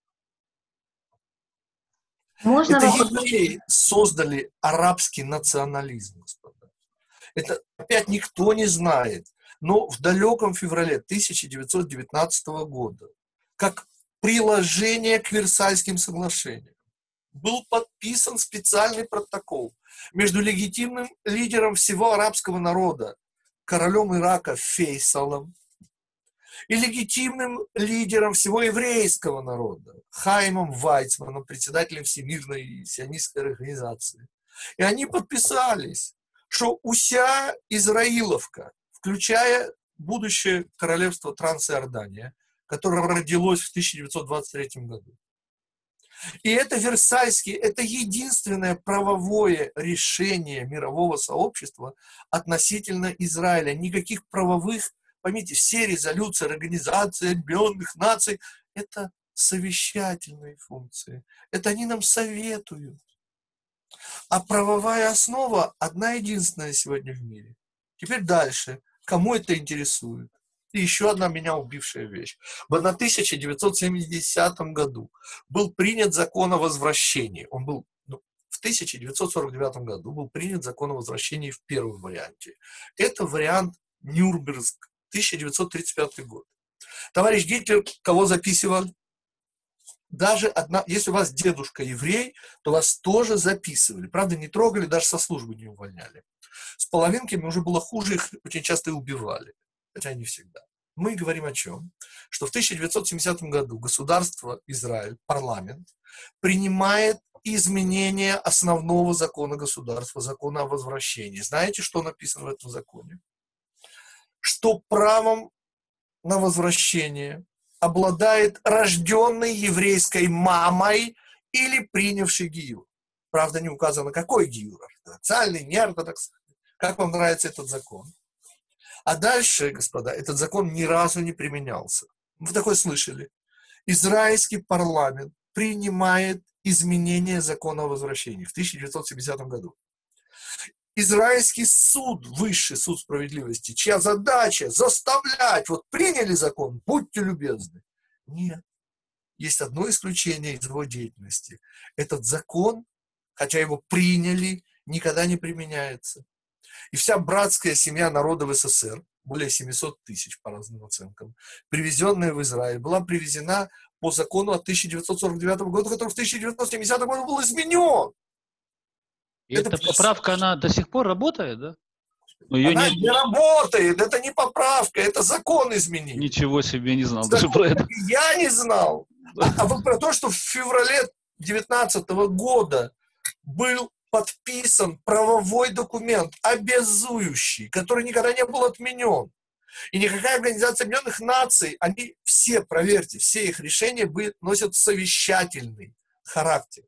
Можно Это вопрос? евреи создали арабский национализм, господа. Это опять никто не знает. Но в далеком феврале тысяча девятьсот девятнадцатого года, как приложение к Версальским соглашениям, был подписан специальный протокол между легитимным лидером всего арабского народа, королем Ирака Фейсалом, и легитимным лидером всего еврейского народа, Хаймом Вайцманом, председателем Всемирной сионистской организации. И они подписались, что уся Израиловка, включая будущее королевство Трансиордания, которое родилось в тысяча девятьсот двадцать третьем году, И это Версальский, это единственное правовое решение мирового сообщества относительно Израиля. Никаких правовых, поймите, все резолюции Организации Объединенных Наций – это совещательные функции. Это они нам советуют. А правовая основа одна единственная сегодня в мире. Теперь дальше. Кому это интересует? И еще одна меня убившая вещь. В тысяча девятьсот семидесятом году был принят закон о возвращении. Он был ну, в тысяча девятьсот сорок девятом году был принят закон о возвращении в первом варианте. Это вариант Нюрнбергск, тысяча девятьсот тридцать пятый год. Товарищ Гитлер кого записывал? Даже одна, если у вас дедушка еврей, то вас тоже записывали. Правда, не трогали, даже со службы не увольняли. С половинками уже было хуже, их очень часто и убивали. Хотя не всегда. Мы говорим о чем? Что в тысяча девятьсот семидесятом году государство Израиль, парламент, принимает изменение основного закона государства, закона о возвращении. Знаете, что написано в этом законе? Что правом на возвращение обладает рожденный еврейской мамой или принявший гиюр. Правда, не указано, какой гиюр, ортодоксальный, неортодоксальный. Как вам нравится этот закон? А дальше, господа, этот закон ни разу не применялся. Вы такое слышали? Израильский парламент принимает изменение закона о возвращении в тысяча девятьсот семидесятом году. Израильский суд, высший суд справедливости, чья задача заставлять, вот приняли закон, будьте любезны. Нет. Есть одно исключение из его деятельности. Этот закон, хотя его приняли, никогда не применяется. И вся братская семья народов СССР, более семисот тысяч по разным оценкам, привезенная в Израиль, была привезена по закону от тысяча девятьсот сорок девятого года, который в тысяча девятьсот семидесятом году был изменен. И эта поправка, она до сих пор работает, да? Но ее Она не... не работает, это не поправка, это закон изменили. Ничего себе, не знал Закон, даже про это. Я не знал. А, а вот про то, что в феврале девятнадцатого года был подписан правовой документ, обязующий, который никогда не был отменен. И никакая Организация Объединенных Наций, они все, проверьте, все их решения носят совещательный характер.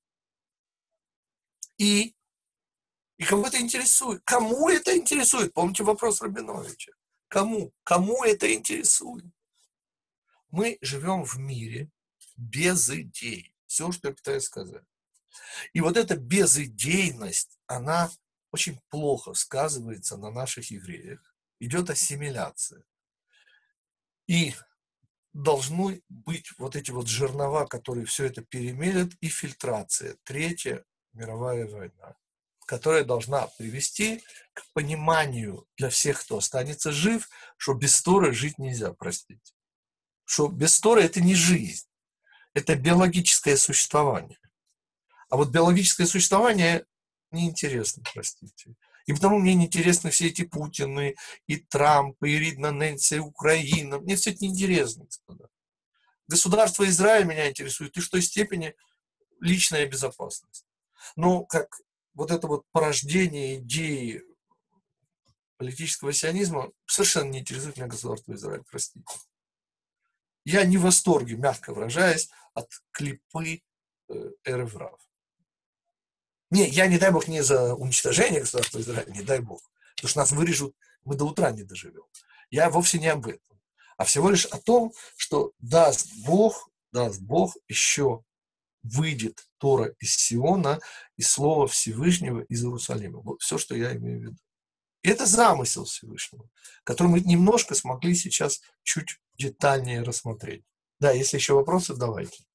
И И кого это интересует? Кому это интересует? Помните вопрос Рабиновича. Кому? Кому это интересует? Мы живем в мире без идей. Все, что я пытаюсь сказать. И вот эта безидейность, она очень плохо сказывается на наших евреях. Идет ассимиляция. И должны быть вот эти вот жернова, которые все это перемелят, и фильтрация. Третья мировая война, которая должна привести к пониманию для всех, кто останется жив, что без Торы жить нельзя, простите. Что без Торы это не жизнь, это биологическое существование. А вот биологическое существование неинтересно, простите. И потому мне неинтересны все эти Путины, и Трамп, и Ридна Нэнси, и Украина. Мне все это неинтересно, господа. Государство Израиль меня интересует, и в той степени личная безопасность. Но как вот это вот порождение идеи политического сионизма совершенно не интересует меня государство Израиль, простите. Я не в восторге, мягко выражаясь, от клипы э, эры Врав. Не, я, не дай бог, не за уничтожение государства Израиль, не дай бог. Потому что нас вырежут, мы до утра не доживем. Я вовсе не об этом. А всего лишь о том, что даст Бог, даст Бог, еще выйдет Тора из Сиона и Слово Всевышнего из Иерусалима. Вот все, что я имею в виду. И это замысел Всевышнего, который мы немножко смогли сейчас чуть детальнее рассмотреть. Да, если еще вопросы, давайте.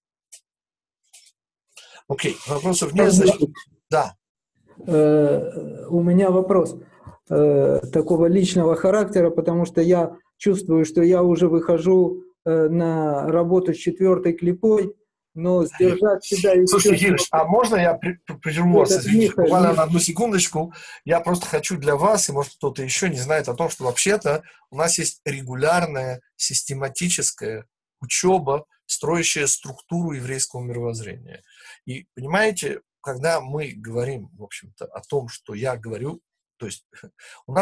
Окей, вопросов нет, значит, да. Э, у меня вопрос э, такого личного характера, потому что я чувствую, что я уже выхожу э, на работу с четвертой клипой, но сдержать себя еще... Слушай, Юрий, а можно я прерву вас, извините, буквально на одну секундочку. Я просто хочу для вас, и может кто-то еще не знает о том, что вообще-то у нас есть регулярная, систематическая учеба, строящая структуру еврейского мировоззрения. И понимаете, когда мы говорим, в общем-то, о том, что я говорю, то есть у нас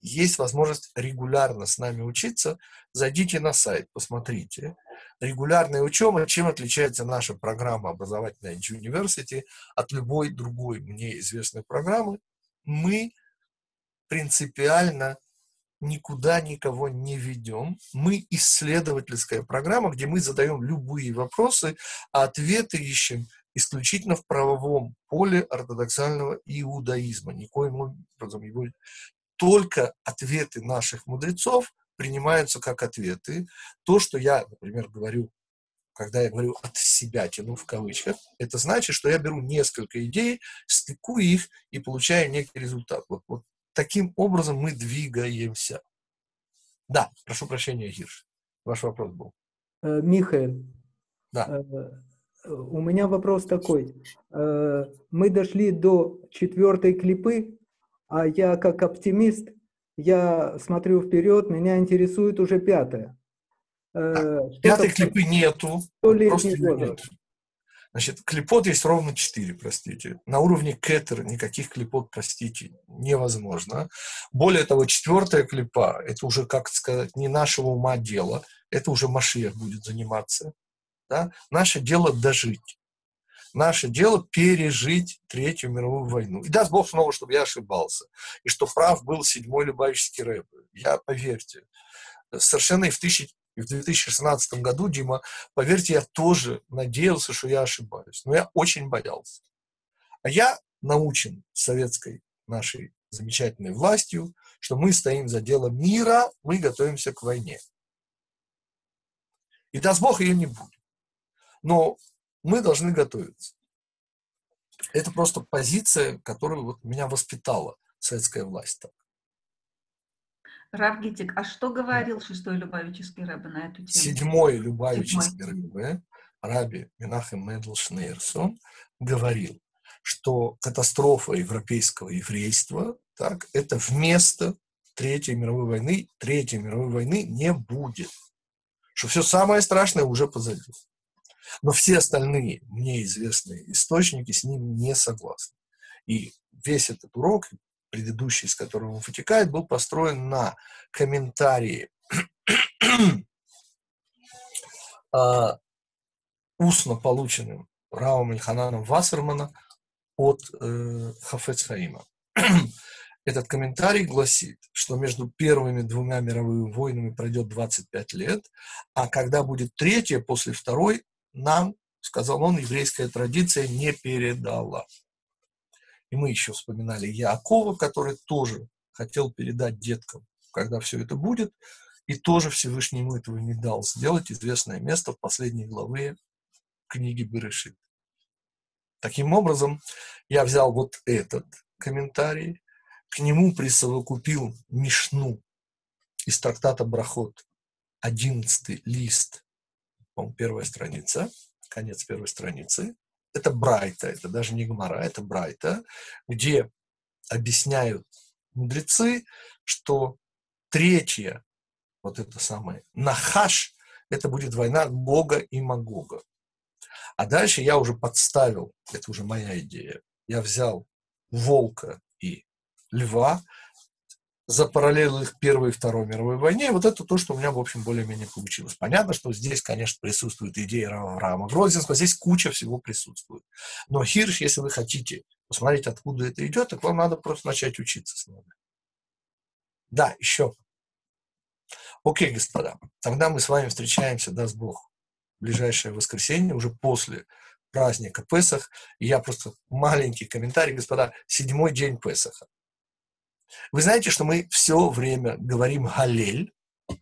есть возможность регулярно с нами учиться, зайдите на сайт, посмотрите. Регулярная учеба, чем отличается наша программа образовательная Edge от любой другой мне известной программы? Мы принципиально никуда никого не ведем. Мы исследовательская программа, где мы задаем любые вопросы, а ответы ищем исключительно в правовом поле ортодоксального иудаизма. Никоим образом его... Только ответы наших мудрецов принимаются как ответы. То, что я, например, говорю, когда я говорю «от себя тяну» в кавычках, это значит, что я беру несколько идей, стыкую их и получаю некий результат. Вот, вот таким образом мы двигаемся. Да, прошу прощения, Гирш. Ваш вопрос был. Михаил, да. У меня вопрос такой. Мы дошли до четвертой клипы, а я как оптимист, я смотрю вперед, меня интересует уже пятая. Пятой клипы нету. Просто нет. Значит, клипот есть ровно четыре, простите. На уровне кетер никаких клипот, простите, невозможно. Более того, четвертая клипа, это уже, как сказать, не нашего ума дело, это уже Машиах будет заниматься. Да? Наше дело дожить. Наше дело пережить Третью мировую войну. И даст Бог снова, чтобы я ошибался. И что прав был седьмой Любавический рэб. Я, поверьте, совершенно и в, тысячи, и в две тысячи шестнадцатом году, Дима, поверьте, я тоже надеялся, что я ошибаюсь. Но я очень боялся. А я научен советской нашей замечательной властью, что мы стоим за дело мира, мы готовимся к войне. И даст Бог, ее не будет. Но мы должны готовиться. Это просто позиция, которая вот меня воспитала советская власть. Рав Гитик, а что говорил шестой Любавический рэбе на эту тему? Седьмой Любавический рэбе, раби Менахем Мендел Шнейрсон, говорил, что катастрофа европейского еврейства, так, это вместо Третьей мировой войны, Третьей мировой войны не будет. Что все самое страшное уже позади. Но все остальные мне известные источники с ним не согласны. И весь этот урок, предыдущий, из которого он вытекает, был построен на комментарии э, устно полученным Равом Эльхананом Вассермана от э, Хафец Хаима. Этот комментарий гласит, что между первыми двумя мировыми войнами пройдет двадцать пять лет, а когда будет третья после второй, нам, сказал он, еврейская традиция не передала. И мы еще вспоминали Яакова, который тоже хотел передать деткам, когда все это будет, и тоже Всевышний ему этого не дал сделать, известное место в последней главе книги Берешит. Таким образом, я взял вот этот комментарий, к нему присовокупил Мишну из трактата Брахот, одиннадцатый лист, по-моему, первая страница, конец первой страницы. Это Брайта, это даже не Гмара, это Брайта, где объясняют мудрецы, что третья, вот это самое, Нахаш, это будет война Гога и Магога. А дальше я уже подставил, это уже моя идея, я взял волка и льва, запараллелил их Первой и Второй мировой войне, и вот это то, что у меня, в общем, более-менее получилось. Понятно, что здесь, конечно, присутствует идея Авраама Грозинского, здесь куча всего присутствует. Но Хирш, если вы хотите посмотреть, откуда это идет, так вам надо просто начать учиться с нами. Да, еще. Окей, господа, тогда мы с вами встречаемся, даст Бог, в ближайшее воскресенье, уже после праздника Песах. И я просто маленький комментарий, господа, седьмой день Песаха. Вы знаете, что мы все время говорим «Галель»,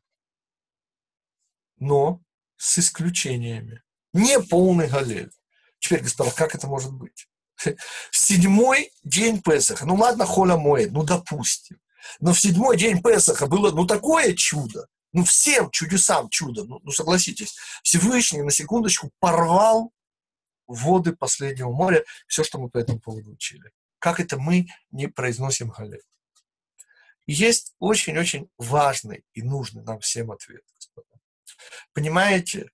но с исключениями. Не полный Галель. Теперь, господа, как это может быть? Седьмой день Песаха. Ну ладно, Холя Моэд, ну допустим. Но в седьмой день Песаха было ну такое чудо. Ну всем чудесам чудо. Ну, ну согласитесь. Всевышний, на секундочку, порвал воды последнего моря. Все, что мы по этому поводу учили. Как это мы не произносим Галель? Есть очень-очень важный и нужный нам всем ответ, господа. Понимаете,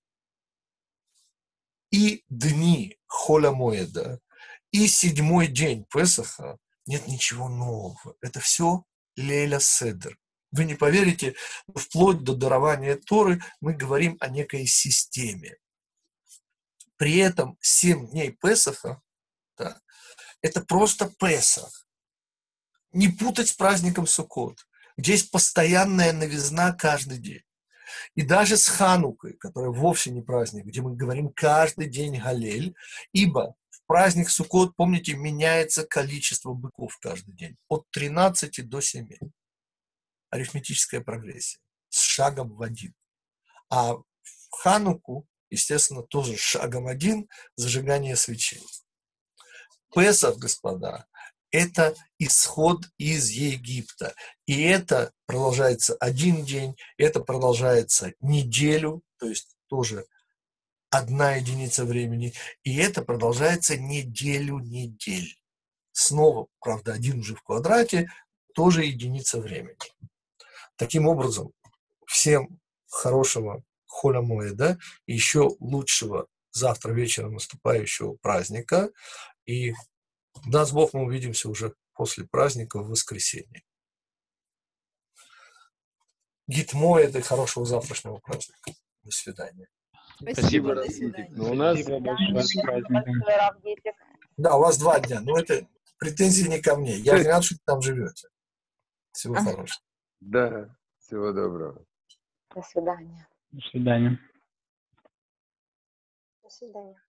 и дни Холя Моэда, и седьмой день Песаха нет ничего нового. Это все Лейля Седер. Вы не поверите, вплоть до дарования Торы мы говорим о некой системе. При этом семь дней Песаха, да, это просто Песах. Не путать с праздником Суккот, где есть постоянная новизна каждый день. И даже с Ханукой, которая вовсе не праздник, где мы говорим каждый день Галель, ибо в праздник Суккот, помните, меняется количество быков каждый день, от тринадцати до семи. Арифметическая прогрессия, с шагом в один. А в Хануку, естественно, тоже с шагом один, зажигание свечей. Песах, господа, это исход из Египта. И это продолжается один день, это продолжается неделю, то есть тоже одна единица времени, и это продолжается неделю недель. Снова, правда, один уже в квадрате, тоже единица времени. Таким образом, всем хорошего Холя Моэда, и еще лучшего завтра вечером наступающего праздника, и даст Бог, мы увидимся уже после праздника в воскресенье. Гит Моэда и хорошего завтрашнего праздника. До свидания. Спасибо, Спасибо. до свидания. Ну, у нас Спасибо большое с праздником. Да, у вас два дня, но это претензии не ко мне. Я не рад, что вы там живете. Всего хорошего. Да, всего доброго. До свидания. До свидания. До свидания.